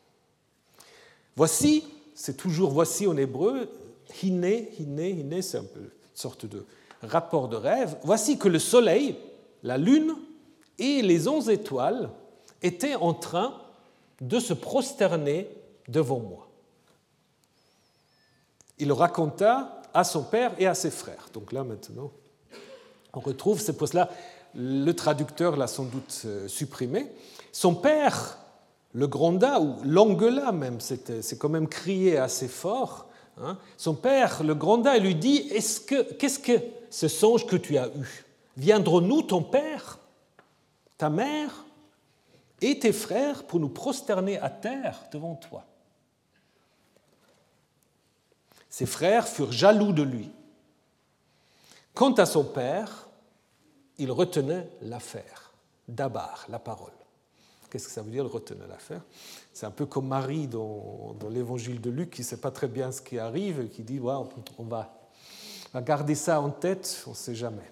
Speaker 2: Voici, c'est toujours voici en hébreu, hiné, hiné, hiné, c'est un peu une sorte de rapport de rêve. Voici que le soleil, la lune et les onze étoiles étaient en train de se prosterner devant moi. Il le raconta à son père et à ses frères. Donc là, maintenant, on retrouve, c'est pour cela, le traducteur l'a sans doute supprimé. Son père le gronda, ou l'engueula même, c'est, c'est quand même crié assez fort. Hein. Son père le gronda et lui dit, Est-ce que, qu'est-ce que ce songe que tu as eu? Viendrons-nous, ton père, ta mère et tes frères pour nous prosterner à terre devant toi? Ses frères furent jaloux de lui. Quant à son père, il retenait l'affaire, dabar, la parole. Qu'est-ce que ça veut dire, retenait l'affaire? C'est un peu comme Marie dans, dans l'évangile de Luc, qui ne sait pas très bien ce qui arrive, et qui dit ouais, on va, on va garder ça en tête, on ne sait jamais.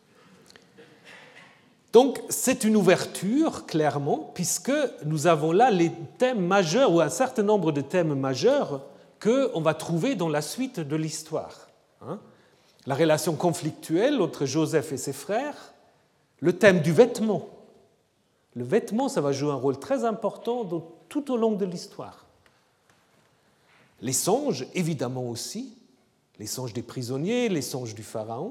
Speaker 2: Donc, c'est une ouverture, clairement, puisque nous avons là les thèmes majeurs, ou un certain nombre de thèmes majeurs, qu'on va trouver dans la suite de l'histoire. Hein. la relation conflictuelle entre Joseph et ses frères, le thème du vêtement. Le vêtement, ça va jouer un rôle très important dans, tout au long de l'histoire. Les songes, évidemment aussi, les songes des prisonniers, les songes du pharaon,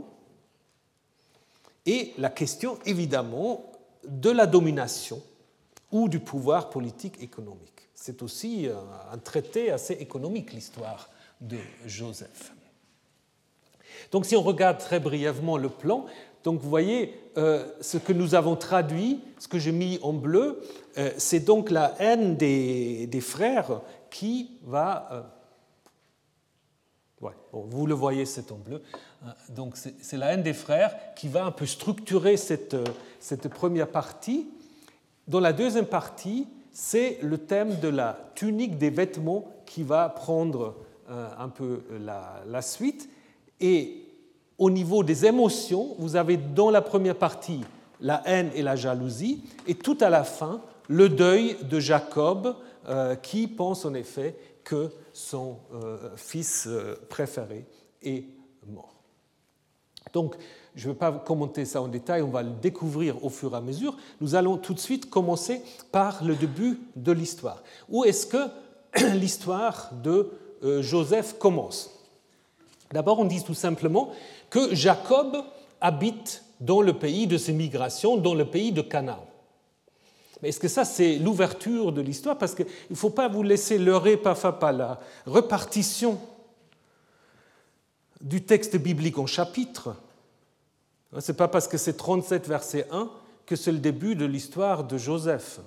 Speaker 2: et la question, évidemment, de la domination ou du pouvoir politique économique. C'est aussi un traité assez économique, l'histoire de Joseph. Donc, si on regarde très brièvement le plan, donc vous voyez, euh, ce que nous avons traduit, ce que j'ai mis en bleu, euh, c'est donc la haine des, des frères qui va... Euh, ouais, bon, vous le voyez, c'est en bleu. Donc, c'est, c'est la haine des frères qui va un peu structurer cette, cette première partie. Dans la deuxième partie, c'est le thème de la tunique des vêtements qui va prendre euh, un peu la, la suite. Et au niveau des émotions, vous avez dans la première partie la haine et la jalousie, et tout à la fin, le deuil de Jacob, euh, qui pense en effet que son euh, fils euh, préféré est mort. Donc, je ne vais pas commenter ça en détail, on va le découvrir au fur et à mesure. Nous allons tout de suite commencer par le début de l'histoire. Où est-ce que l'histoire de euh, Joseph commence ? D'abord, on dit tout simplement que Jacob habite dans le pays de ses migrations, dans le pays de Canaan. Mais est-ce que ça, c'est l'ouverture de l'histoire ? Parce qu'il ne faut pas vous laisser leurrer parfois par la répartition du texte biblique en chapitres. Ce n'est pas parce que c'est trente-sept, verset un, que c'est le début de l'histoire de Joseph.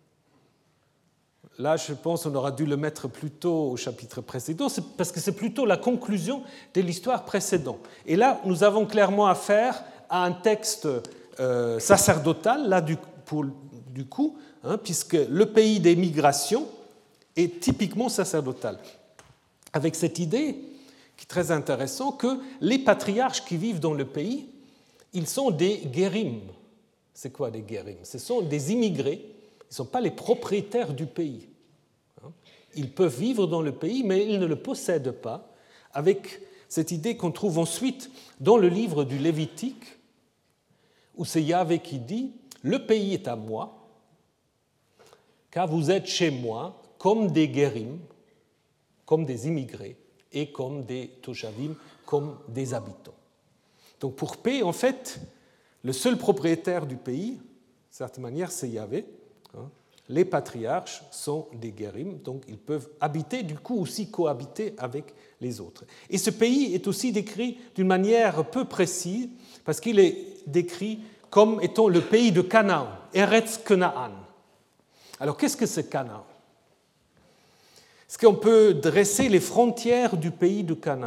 Speaker 2: Là, je pense qu'on aura dû le mettre plus tôt au chapitre précédent, c'est parce que c'est plutôt la conclusion de l'histoire précédente. Et là, nous avons clairement affaire à un texte euh, sacerdotal, là, du, pour, du coup, hein, puisque le pays des migrations est typiquement sacerdotal. Avec cette idée, qui est très intéressante, que les patriarches qui vivent dans le pays, ils sont des guérim. C'est quoi des guérim ? Ce sont des immigrés. Ils ne sont pas les propriétaires du pays. Ils peuvent vivre dans le pays, mais ils ne le possèdent pas, avec cette idée qu'on trouve ensuite dans le livre du Lévitique, où c'est Yahvé qui dit « Le pays est à moi, car vous êtes chez moi comme des guérim, comme des immigrés, et comme des toshavim, comme des habitants. » Donc pour paix, en fait, le seul propriétaire du pays, d'une certaine manière, c'est Yahvé. Les patriarches sont des guérim, donc ils peuvent habiter, du coup aussi cohabiter avec les autres. Et ce pays est aussi décrit d'une manière peu précise, parce qu'il est décrit comme étant le pays de Canaan, Eretz Canaan. Alors qu'est-ce que c'est Canaan ? Est-ce qu'on peut dresser les frontières du pays de Canaan ?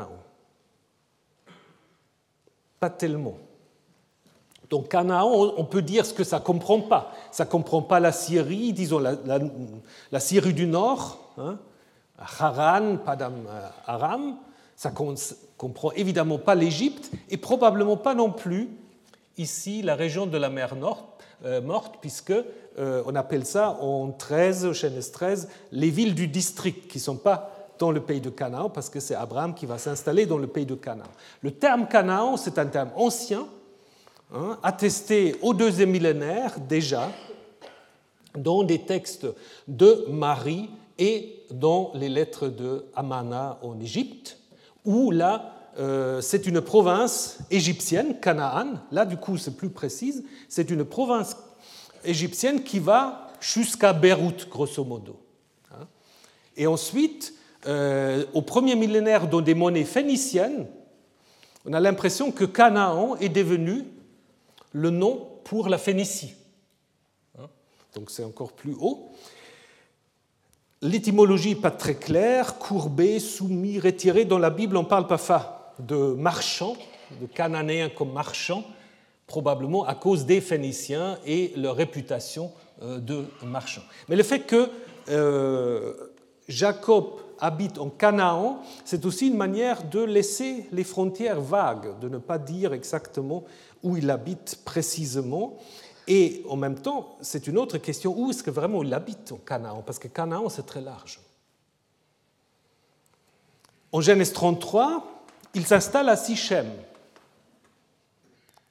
Speaker 2: Pas tellement. Donc Canaan, on peut dire ce que ça ne comprend pas. Ça ne comprend pas la Syrie, disons la, la, la Syrie du Nord, hein, Haran, Padam Aram. Ça ne comprend évidemment pas l'Égypte et probablement pas non plus ici la région de la mer Nord, euh, morte, puisque euh, on appelle ça en treize, au Genèse treize, les villes du district qui ne sont pas dans le pays de Canaan, parce que c'est Abraham qui va s'installer dans le pays de Canaan. Le terme Canaan, c'est un terme ancien, hein, attesté au deuxième millénaire déjà, dans des textes de Marie et dans les lettres de Amana en Égypte, où là, euh, c'est une province égyptienne, Canaan, là du coup c'est plus précis, c'est une province égyptienne qui va jusqu'à Beyrouth, grosso modo. Et ensuite, euh, au premier millénaire, dans des monnaies phéniciennes, on a l'impression que Canaan est devenu le nom pour la Phénicie. Donc c'est encore plus haut. L'étymologie n'est pas très claire, courbé, soumis, retiré. Dans la Bible, on parle parfois de marchands, de Cananéens comme marchands, probablement à cause des Phéniciens et leur réputation de marchands. Mais le fait que euh, Jacob habite en Canaan, c'est aussi une manière de laisser les frontières vagues, de ne pas dire exactement où il habite précisément. Et en même temps, c'est une autre question, où est-ce que vraiment il habite en Canaan ? Parce que Canaan, c'est très large. En Genèse trente-trois, il s'installe à Sichem.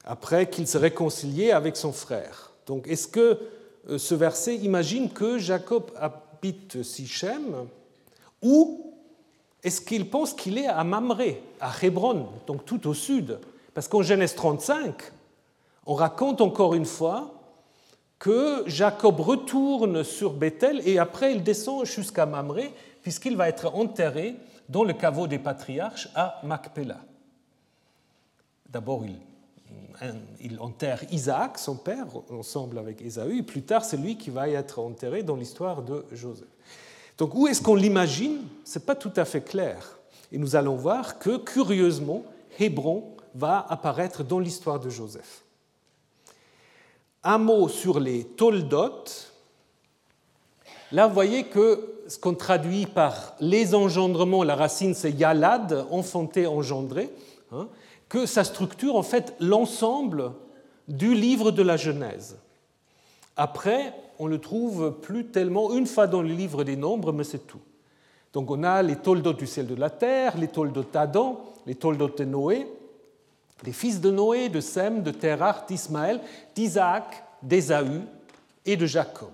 Speaker 2: après qu'il se réconciliait avec son frère. Donc, est-ce que ce verset imagine que Jacob habite Sichem, ou est-ce qu'il pense qu'il est à Mamré, à Hébron, donc tout au sud? Parce qu'en Genèse trente-cinq, on raconte encore une fois que Jacob retourne sur Bethel et après il descend jusqu'à Mamré, puisqu'il va être enterré dans le caveau des patriarches à Macpéla. D'abord, il il enterre Isaac, son père, ensemble avec Ésaü, et plus tard, c'est lui qui va y être enterré dans l'histoire de Joseph. Donc, où est-ce qu'on l'imagine? Ce n'est pas tout à fait clair. Et nous allons voir que, curieusement, Hébron va apparaître dans l'histoire de Joseph. Un mot sur les Toldot. Là, vous voyez que ce qu'on traduit par les engendrements, la racine c'est yalad, enfanté, engendré, hein, que ça structure en fait l'ensemble du livre de la Genèse. Après, on le trouve plus tellement une fois dans le livre des Nombres, mais c'est tout. Donc on a les Toldot du ciel de la terre, les Toldot d'Adam, les Toldot de Noé, les fils de Noé, de Sem, de Terach, d'Ismaël, d'Isaac, d'Ésaü et de Jacob.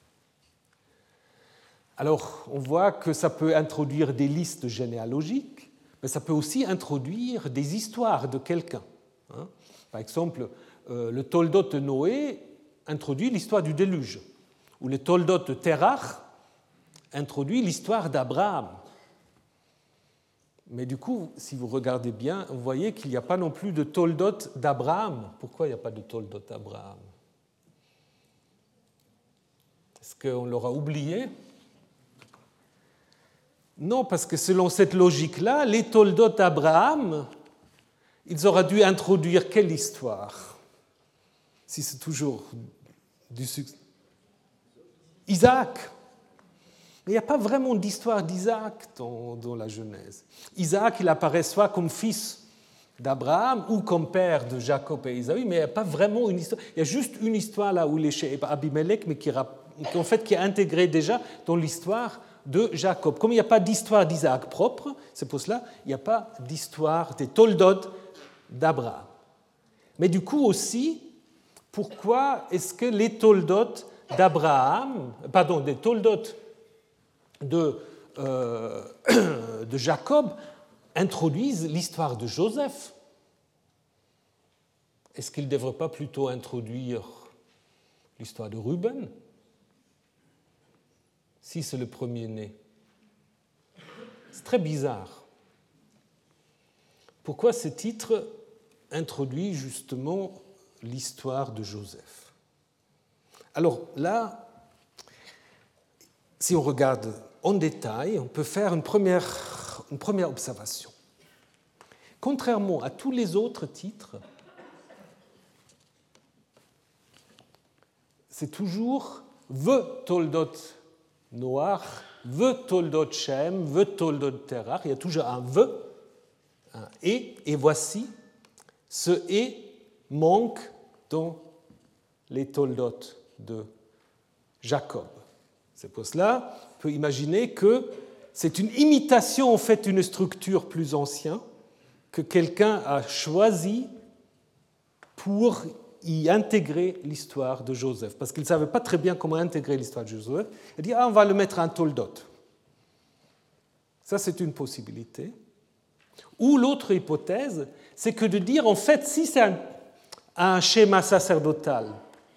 Speaker 2: Alors, on voit que ça peut introduire des listes généalogiques, mais ça peut aussi introduire des histoires de quelqu'un. Par exemple, le Toldot de Noé introduit l'histoire du déluge, ou le Toldot de Terach introduit l'histoire d'Abraham. Mais du coup, si vous regardez bien, vous voyez qu'il n'y a pas non plus de Toldot d'Abraham. Pourquoi il n'y a pas de Toldot d'Abraham? Est-ce qu'on l'aura oublié? Non, parce que selon cette logique-là, les Toldot d'Abraham, ils auraient dû introduire quelle histoire? Si c'est toujours du succès. Isaac. Mais il n'y a pas vraiment d'histoire d'Isaac dans, dans la Genèse. Isaac, il apparaît soit comme fils d'Abraham ou comme père de Jacob et Ésaü, mais il n'y a pas vraiment une histoire. Il y a juste une histoire là où il est chez Abimelech, mais qui, qui, en fait, qui est intégrée déjà dans l'histoire de Jacob. Comme il n'y a pas d'histoire d'Isaac propre, c'est pour cela qu'il n'y a pas d'histoire des Toldot d'Abraham. Mais du coup aussi, pourquoi est-ce que les Toldot d'Abraham, pardon, des Toldot de, euh, de Jacob introduisent l'histoire de Joseph? Est-ce qu'ils ne devraient pas plutôt introduire l'histoire de Ruben, si c'est le premier-né? C'est très bizarre. Pourquoi ce titre introduit justement l'histoire de Joseph? Alors là, si on regarde en détail, on peut faire une première, une première observation. Contrairement à tous les autres titres, c'est toujours « the Toldot Noach »,« the Toldot Shem »,« the Toldot Terach ». Il y a toujours un « the », un « et », et voici, ce « et » manque dans les Toldot de Jacob. C'est pour cela qu'on peut imaginer que c'est une imitation en fait d'une structure plus ancienne que quelqu'un a choisi pour y intégrer l'histoire de Joseph, parce qu'il ne savait pas très bien comment intégrer l'histoire de Joseph. Il a dit ah, on va le mettre en Toldot. Ça, c'est une possibilité. Ou l'autre hypothèse, c'est que de dire en fait, si c'est un, un schéma sacerdotal,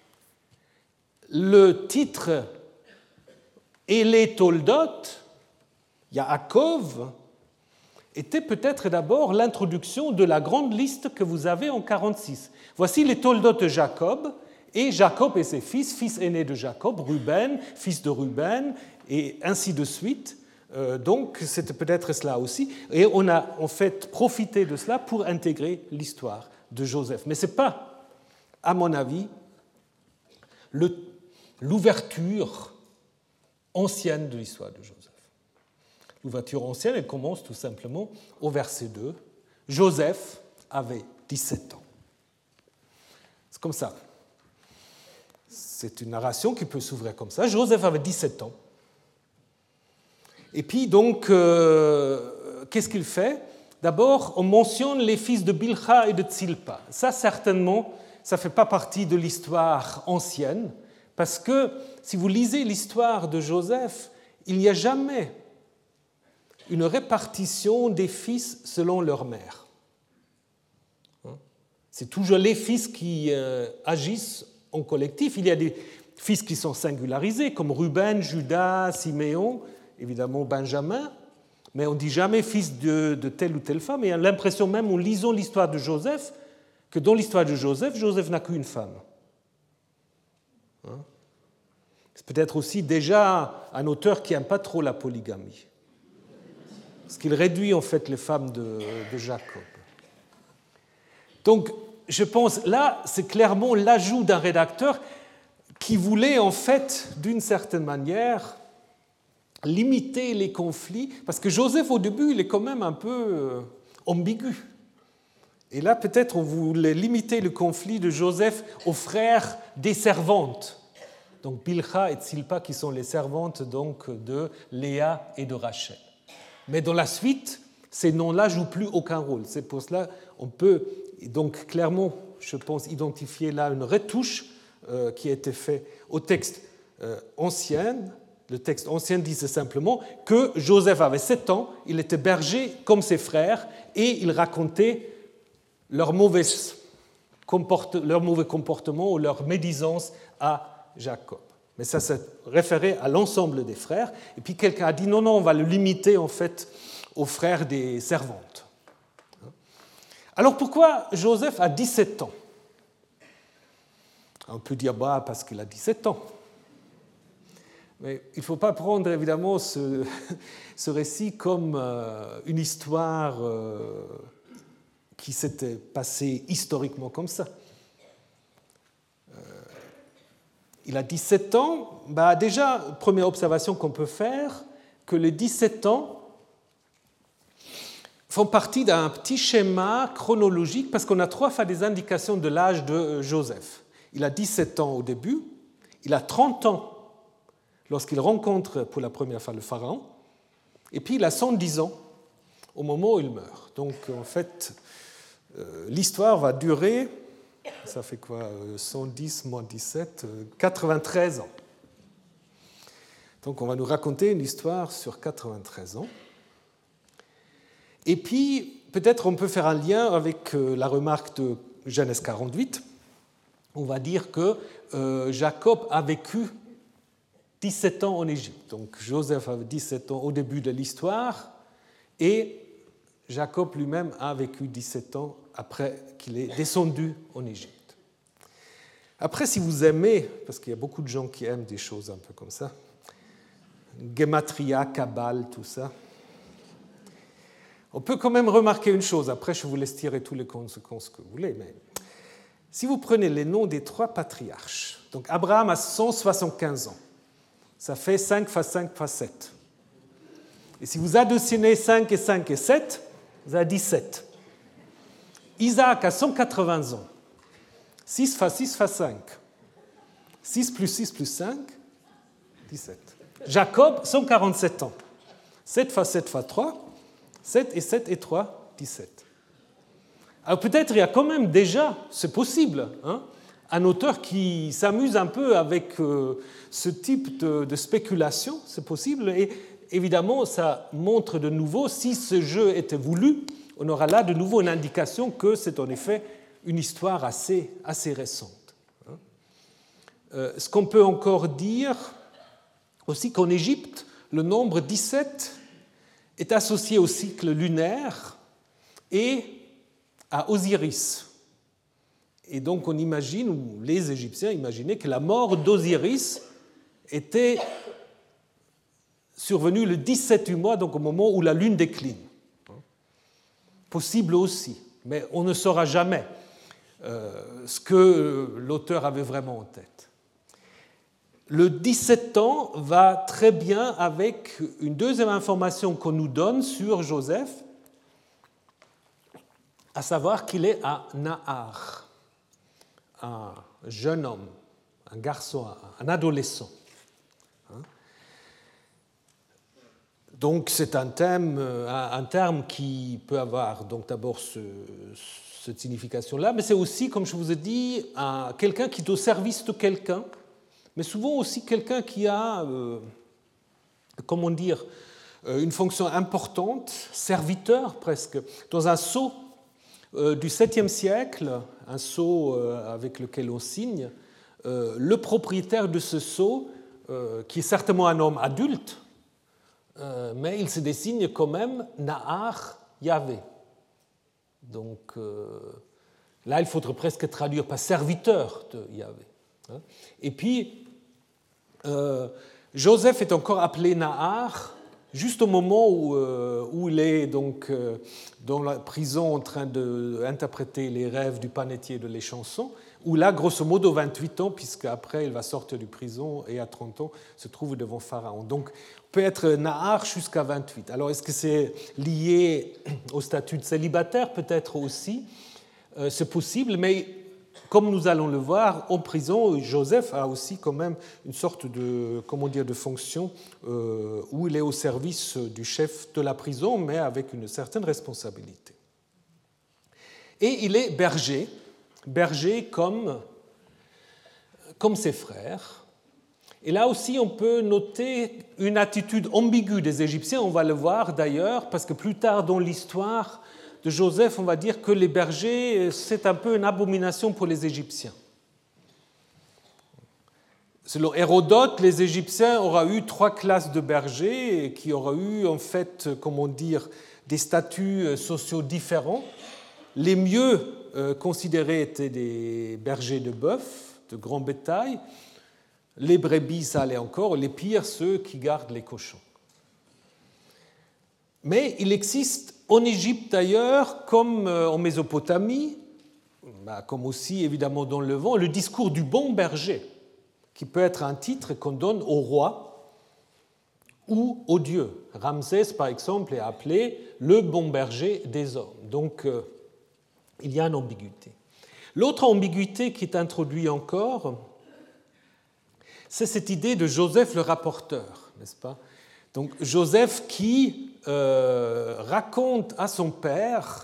Speaker 2: le titre et les Toldot, Yaakov, était peut-être d'abord l'introduction de la grande liste que vous avez en quarante-six. Voici les Toldot de Jacob, et Jacob et ses fils, fils aînés de Jacob, Ruben, fils de Ruben, et ainsi de suite. Euh, donc c'était peut-être cela aussi. Et on a en fait profité de cela pour intégrer l'histoire de Joseph. Mais ce n'est pas, à mon avis, le, l'ouverture ancienne de l'histoire de Joseph. L'ouverture ancienne, elle commence tout simplement au verset deux. Joseph avait dix-sept ans. C'est comme ça. C'est une narration qui peut s'ouvrir comme ça. Joseph avait dix-sept ans. Et puis, donc, euh, qu'est-ce qu'il fait? D'abord, on mentionne les fils de Bilha et de Tzilpa. Ça, certainement, ça ne fait pas partie de l'histoire ancienne, parce que si vous lisez l'histoire de Joseph, il n'y a jamais une répartition des fils selon leur mère. C'est toujours les fils qui euh, agissent en collectif. Il y a des fils qui sont singularisés, comme Ruben, Judas, Siméon, évidemment Benjamin, mais on ne dit jamais fils de, de telle ou telle femme. Et on a l'impression même, en lisant l'histoire de Joseph, que dans l'histoire de Joseph, Joseph n'a qu'une femme. Hein? C'est peut-être aussi déjà un auteur qui n'aime pas trop la polygamie, parce qu'il réduit en fait les femmes de, de Jacob. Donc, je pense, là, c'est clairement l'ajout d'un rédacteur qui voulait, en fait, d'une certaine manière, limiter les conflits, parce que Joseph, au début, il est quand même un peu ambigu. Et là, peut-être, on voulait limiter le conflit de Joseph aux frères des servantes, donc Bilha et Tzilpa, qui sont les servantes donc, de Léa et de Rachel. Mais dans la suite, ces noms-là ne jouent plus aucun rôle. C'est pour cela qu'on peut donc clairement, je pense, identifier là une retouche euh, qui a été faite au texte euh, ancien. Le texte ancien disait simplement que Joseph avait sept ans, il était berger comme ses frères et il racontait leur mauvais, comport- leur mauvais comportement ou leur médisance à Jacob. Mais ça se référait à l'ensemble des frères. Et puis quelqu'un a dit non, non, on va le limiter en fait aux frères des servantes. Alors pourquoi Joseph a dix-sept ans? On peut dire bah, parce qu'il a dix-sept ans. Mais il ne faut pas prendre évidemment ce, ce récit comme euh, une histoire euh, qui s'était passée historiquement comme ça. Euh, il a dix-sept ans. Bah, déjà, première observation qu'on peut faire, que les dix-sept ans font partie d'un petit schéma chronologique parce qu'on a trois fois des indications de l'âge de Joseph. Il a dix-sept ans au début, il a trente ans lorsqu'il rencontre pour la première fois le pharaon, et puis il a cent dix ans au moment où il meurt. Donc en fait, euh, l'histoire va durer, ça fait quoi, cent dix moins dix-sept, quatre-vingt-treize ans. Donc on va nous raconter une histoire sur quatre-vingt-treize ans. Et puis, peut-être on peut faire un lien avec la remarque de Genèse quarante-huit. On va dire que euh, Jacob a vécu dix-sept ans en Égypte. Donc Joseph avait dix-sept ans au début de l'histoire et Jacob lui-même a vécu dix-sept ans après qu'il est descendu en Égypte. Après, si vous aimez, parce qu'il y a beaucoup de gens qui aiment des choses un peu comme ça, Gematria, Kabbale, tout ça, on peut quand même remarquer une chose, après je vous laisse tirer toutes les conséquences que vous voulez, mais si vous prenez les noms des trois patriarches, donc Abraham a cent soixante-quinze ans, ça fait cinq fois cinq fois sept. Et si vous additionnez cinq et cinq et sept, vous avez dix-sept. Isaac a cent quatre-vingts ans, six fois six fois cinq. six plus six plus cinq, dix-sept. Jacob, cent quarante-sept ans, sept fois sept fois trois, sept et sept et trois, dix-sept. Alors peut-être il y a quand même déjà, c'est possible, hein, un auteur qui s'amuse un peu avec euh, ce type de, de spéculation, c'est possible, et évidemment ça montre de nouveau, si ce jeu était voulu, on aura là de nouveau une indication que c'est en effet une histoire assez, assez récente. Hein. Euh, ce qu'on peut encore dire aussi qu'en Égypte, le nombre dix-sept est associé au cycle lunaire et à Osiris. Et donc on imagine, ou les Égyptiens imaginaient, que la mort d'Osiris était survenue le dix-septième mois, donc au moment où la lune décline. Possible aussi, mais on ne saura jamais euh, ce que l'auteur avait vraiment en tête. Le dix-sept ans va très bien avec une deuxième information qu'on nous donne sur Joseph, à savoir qu'il est à Nahar, un jeune homme, un garçon, un adolescent. Donc c'est un, thème, un, un terme qui peut avoir donc d'abord ce, cette signification-là, mais c'est aussi, comme je vous ai dit, un, quelqu'un qui est au service de quelqu'un, mais souvent aussi quelqu'un qui a, euh, comment dire, une fonction importante, serviteur presque. Dans un sceau euh, du septième siècle, un sceau euh, avec lequel on signe, euh, le propriétaire de ce sceau, euh, qui est certainement un homme adulte, euh, mais il se désigne quand même Nahar Yahvé. Donc euh, là, il faudrait presque traduire par serviteur de Yahvé. Hein. Et puis, euh, Joseph est encore appelé Nahar juste au moment où, euh, où il est donc, euh, dans la prison en train d'interpréter les rêves du panetier de Les Chansons, où là, grosso modo, vingt-huit ans, puisqu'après il va sortir de prison et à trente ans se trouve devant Pharaon. Donc, on peut être Nahar jusqu'à vingt-huit. Alors, est-ce que c'est lié au statut de célibataire? Peut-être aussi. Euh, c'est possible, mais comme nous allons le voir, en prison, Joseph a aussi quand même une sorte de, comment dire, de fonction euh, où il est au service du chef de la prison, mais avec une certaine responsabilité. Et il est berger, berger comme, comme ses frères. Et là aussi, on peut noter une attitude ambiguë des Égyptiens, on va le voir d'ailleurs, parce que plus tard dans l'histoire de Joseph, on va dire que les bergers, c'est un peu une abomination pour les Égyptiens. Selon Hérodote, les Égyptiens auraient eu trois classes de bergers qui auraient eu, en fait, comment dire, des statuts sociaux différents. Les mieux considérés étaient des bergers de bœuf, de grand bétail. Les brebis, ça allait encore. Les pires, ceux qui gardent les cochons. Mais il existe en Égypte d'ailleurs, comme en Mésopotamie, comme aussi évidemment dans le Levant, le discours du bon berger, qui peut être un titre qu'on donne au roi ou au dieu. Ramsès, par exemple, est appelé le bon berger des hommes. Donc, euh, il y a une ambiguïté. L'autre ambiguïté qui est introduite encore, c'est cette idée de Joseph le rapporteur, n'est-ce pas? Donc, Joseph qui euh, raconte à son père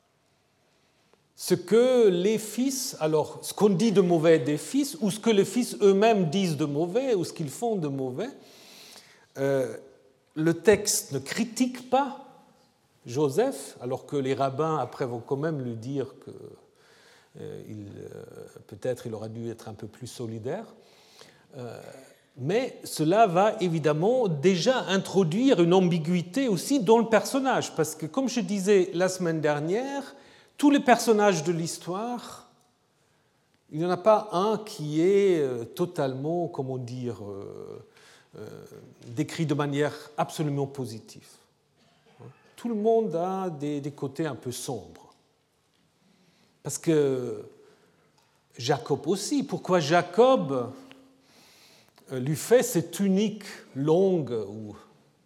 Speaker 2: ce que les fils, alors ce qu'on dit de mauvais des fils, ou ce que les fils eux-mêmes disent de mauvais, ou ce qu'ils font de mauvais. Euh, le texte ne critique pas Joseph, alors que les rabbins après vont quand même lui dire que euh, il, euh, peut-être il aurait dû être un peu plus solidaire. Euh, Mais cela va évidemment déjà introduire une ambiguïté aussi dans le personnage, parce que comme je disais la semaine dernière, tous les personnages de l'histoire, il n'y en a pas un qui est totalement, comment dire, euh, euh, décrit de manière absolument positive. Tout le monde a des, des côtés un peu sombres. Parce que Jacob aussi, pourquoi Jacob lui fait cette tunique longue ou,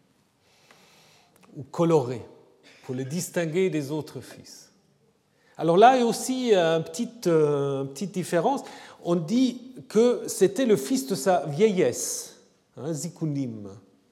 Speaker 2: ou colorée pour le distinguer des autres fils. Alors là, il y a aussi une petite, une petite différence. On dit que c'était le fils de sa vieillesse, hein, Zikunim.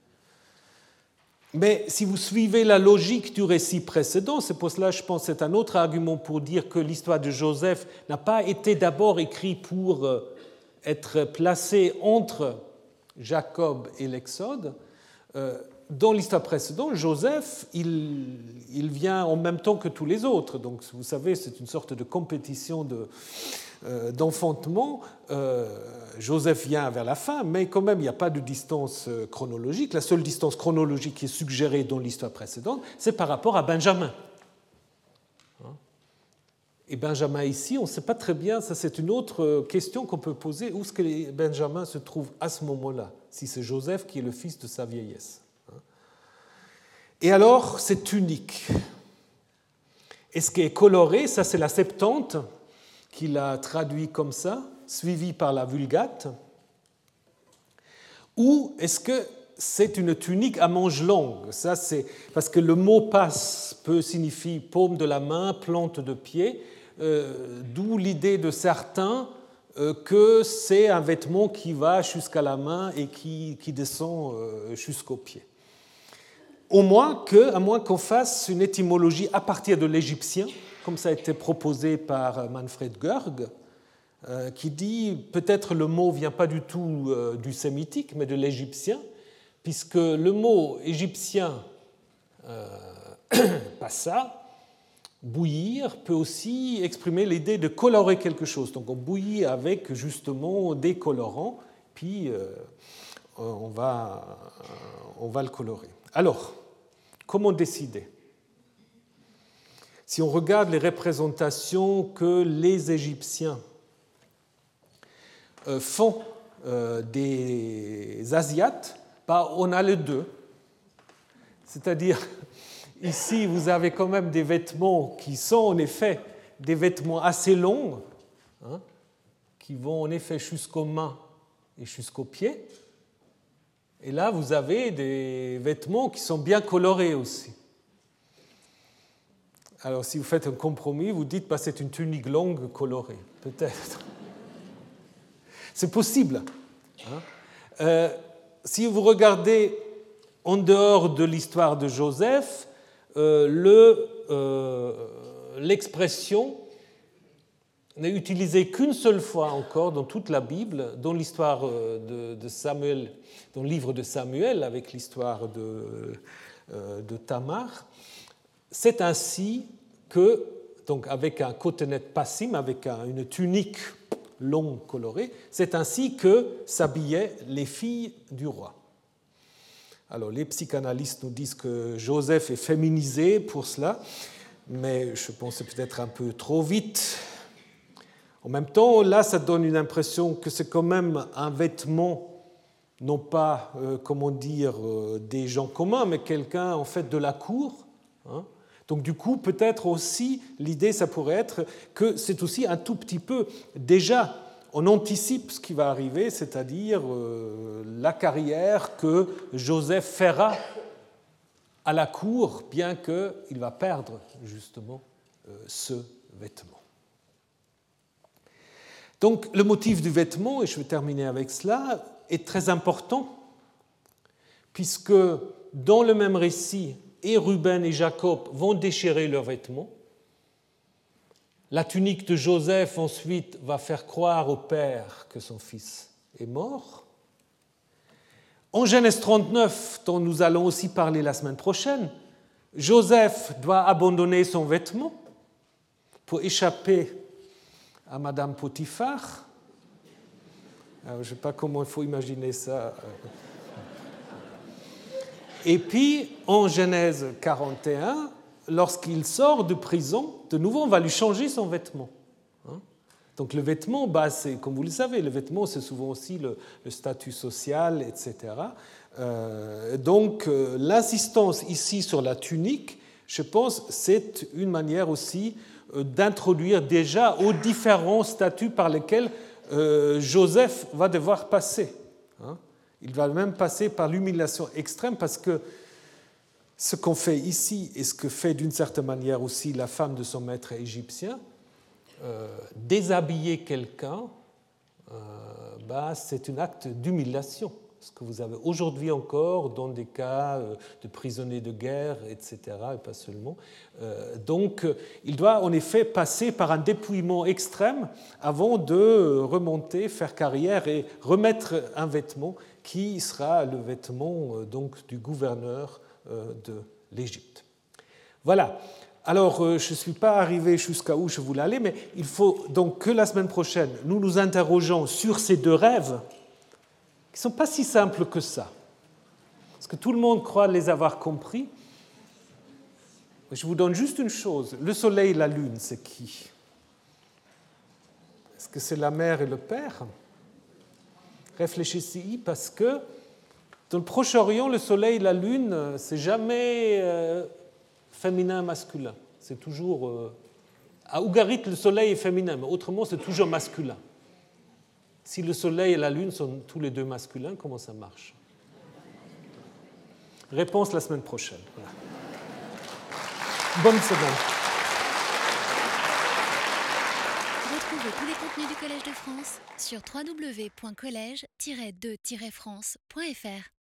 Speaker 2: Mais si vous suivez la logique du récit précédent, c'est pour cela, je pense, c'est un autre argument pour dire que l'histoire de Joseph n'a pas été d'abord écrite pour être placée entre Jacob et l'Exode. Dans l'histoire précédente, Joseph, il, il vient en même temps que tous les autres. Donc, vous savez, c'est une sorte de compétition de, euh, d'enfantement. Euh, Joseph vient vers la fin, mais quand même, il n'y a pas de distance chronologique. La seule distance chronologique qui est suggérée dans l'histoire précédente, c'est par rapport à Benjamin. Et Benjamin ici, on ne sait pas très bien, ça c'est une autre question qu'on peut poser, où est-ce que Benjamin se trouve à ce moment-là, si c'est Joseph qui est le fils de sa vieillesse. Et alors, cette tunique, est-ce qu'elle est colorée? Ça, c'est la Septante qui l'a traduit comme ça, suivie par la Vulgate. Ou est-ce que c'est une tunique à manches longues? Ça, c'est parce que le mot passe peut signifier paume de la main, plante de pied, euh, d'où l'idée de certains euh, que c'est un vêtement qui va jusqu'à la main et qui, qui descend euh, jusqu'au pied. au moins que, à moins qu'on fasse une étymologie à partir de l'égyptien, comme ça a été proposé par Manfred Görg, euh, qui dit peut-être le mot ne vient pas du tout euh, du sémitique, mais de l'égyptien, puisque le mot égyptien euh, passa, bouillir, peut aussi exprimer l'idée de colorer quelque chose. Donc on bouillit avec justement des colorants, puis euh, on, va, on va le colorer. Alors, comment décider? Si on regarde les représentations que les Égyptiens font des Asiates, bah, on a les deux. C'est-à-dire, ici, vous avez quand même des vêtements qui sont en effet des vêtements assez longs, hein, qui vont en effet jusqu'aux mains et jusqu'aux pieds. Et là, vous avez des vêtements qui sont bien colorés aussi. Alors, si vous faites un compromis, vous dites bah, c'est une tunique longue colorée, peut-être. C'est possible. Hein. Euh, si vous regardez en dehors de l'histoire de Joseph, euh, le, euh, l'expression n'est utilisée qu'une seule fois encore dans toute la Bible, dans l'histoire de, de Samuel, dans le livre de Samuel, avec l'histoire de, euh, de Tamar. C'est ainsi que, donc avec un cotonnet passim, avec un, une tunique longue colorée, c'est ainsi que s'habillaient les filles du roi. Alors les psychanalystes nous disent que Joseph est féminisé pour cela, mais je pense que c'est peut-être un peu trop vite. En même temps, là, ça donne une impression que c'est quand même un vêtement, non pas, euh, comment dire, euh, des gens communs, mais quelqu'un, en fait, de la cour. Hein. Donc, du coup, peut-être aussi, l'idée, ça pourrait être que c'est aussi un tout petit peu, déjà, on anticipe ce qui va arriver, c'est-à-dire euh, la carrière que Joseph fera à la cour, bien qu'il va perdre, justement, euh, ce vêtement. Donc, le motif du vêtement, et je vais terminer avec cela, est très important, puisque dans le même récit, et Ruben et Jacob vont déchirer leurs vêtements. La tunique de Joseph, ensuite, va faire croire au père que son fils est mort. En Genèse trente-neuf, dont nous allons aussi parler la semaine prochaine, Joseph doit abandonner son vêtement pour échapper à Madame Potiphar. Alors, je ne sais pas comment il faut imaginer ça. Et puis, en Genèse quarante et un, lorsqu'il sort de prison, de nouveau, on va lui changer son vêtement. Donc le vêtement, bah, c'est, comme vous le savez, le vêtement, c'est souvent aussi le, le statut social, et cetera. Euh, donc euh, l'insistance ici sur la tunique, je pense, c'est une manière aussi euh, d'introduire déjà aux différents statuts par lesquels euh, Joseph va devoir passer. Hein. Il va même passer par l'humiliation extrême parce que ce qu'on fait ici et ce que fait d'une certaine manière aussi la femme de son maître égyptien, euh, déshabiller quelqu'un, euh, bah, c'est un acte d'humiliation. Ce que vous avez aujourd'hui encore dans des cas de prisonniers de guerre, et cetera, et pas seulement. Euh, donc, il doit en effet passer par un dépouillement extrême avant de remonter, faire carrière et remettre un vêtement qui sera le vêtement donc, du gouverneur de l'Égypte. Voilà. Alors, je ne suis pas arrivé jusqu'à où je voulais aller, mais il faut donc que la semaine prochaine, nous nous interrogeons sur ces deux rêves qui ne sont pas si simples que ça. Parce que tout le monde croit les avoir compris. Je vous donne juste une chose. Le soleil et la lune, c'est qui? Est-ce que c'est la mère et le père? Réfléchissez-y parce que dans le Proche-Orient, le soleil et la lune, c'est jamais euh, féminin, masculin. C'est toujours... Euh, à Ougarit, le soleil est féminin, mais autrement, c'est toujours masculin. Si le soleil et la lune sont tous les deux masculins, comment ça marche? Réponse la semaine prochaine. Voilà. Bonne semaine.
Speaker 1: Retrouvez tous les contenus du Collège de France sur w w w point collège tiret de tiret france point f r.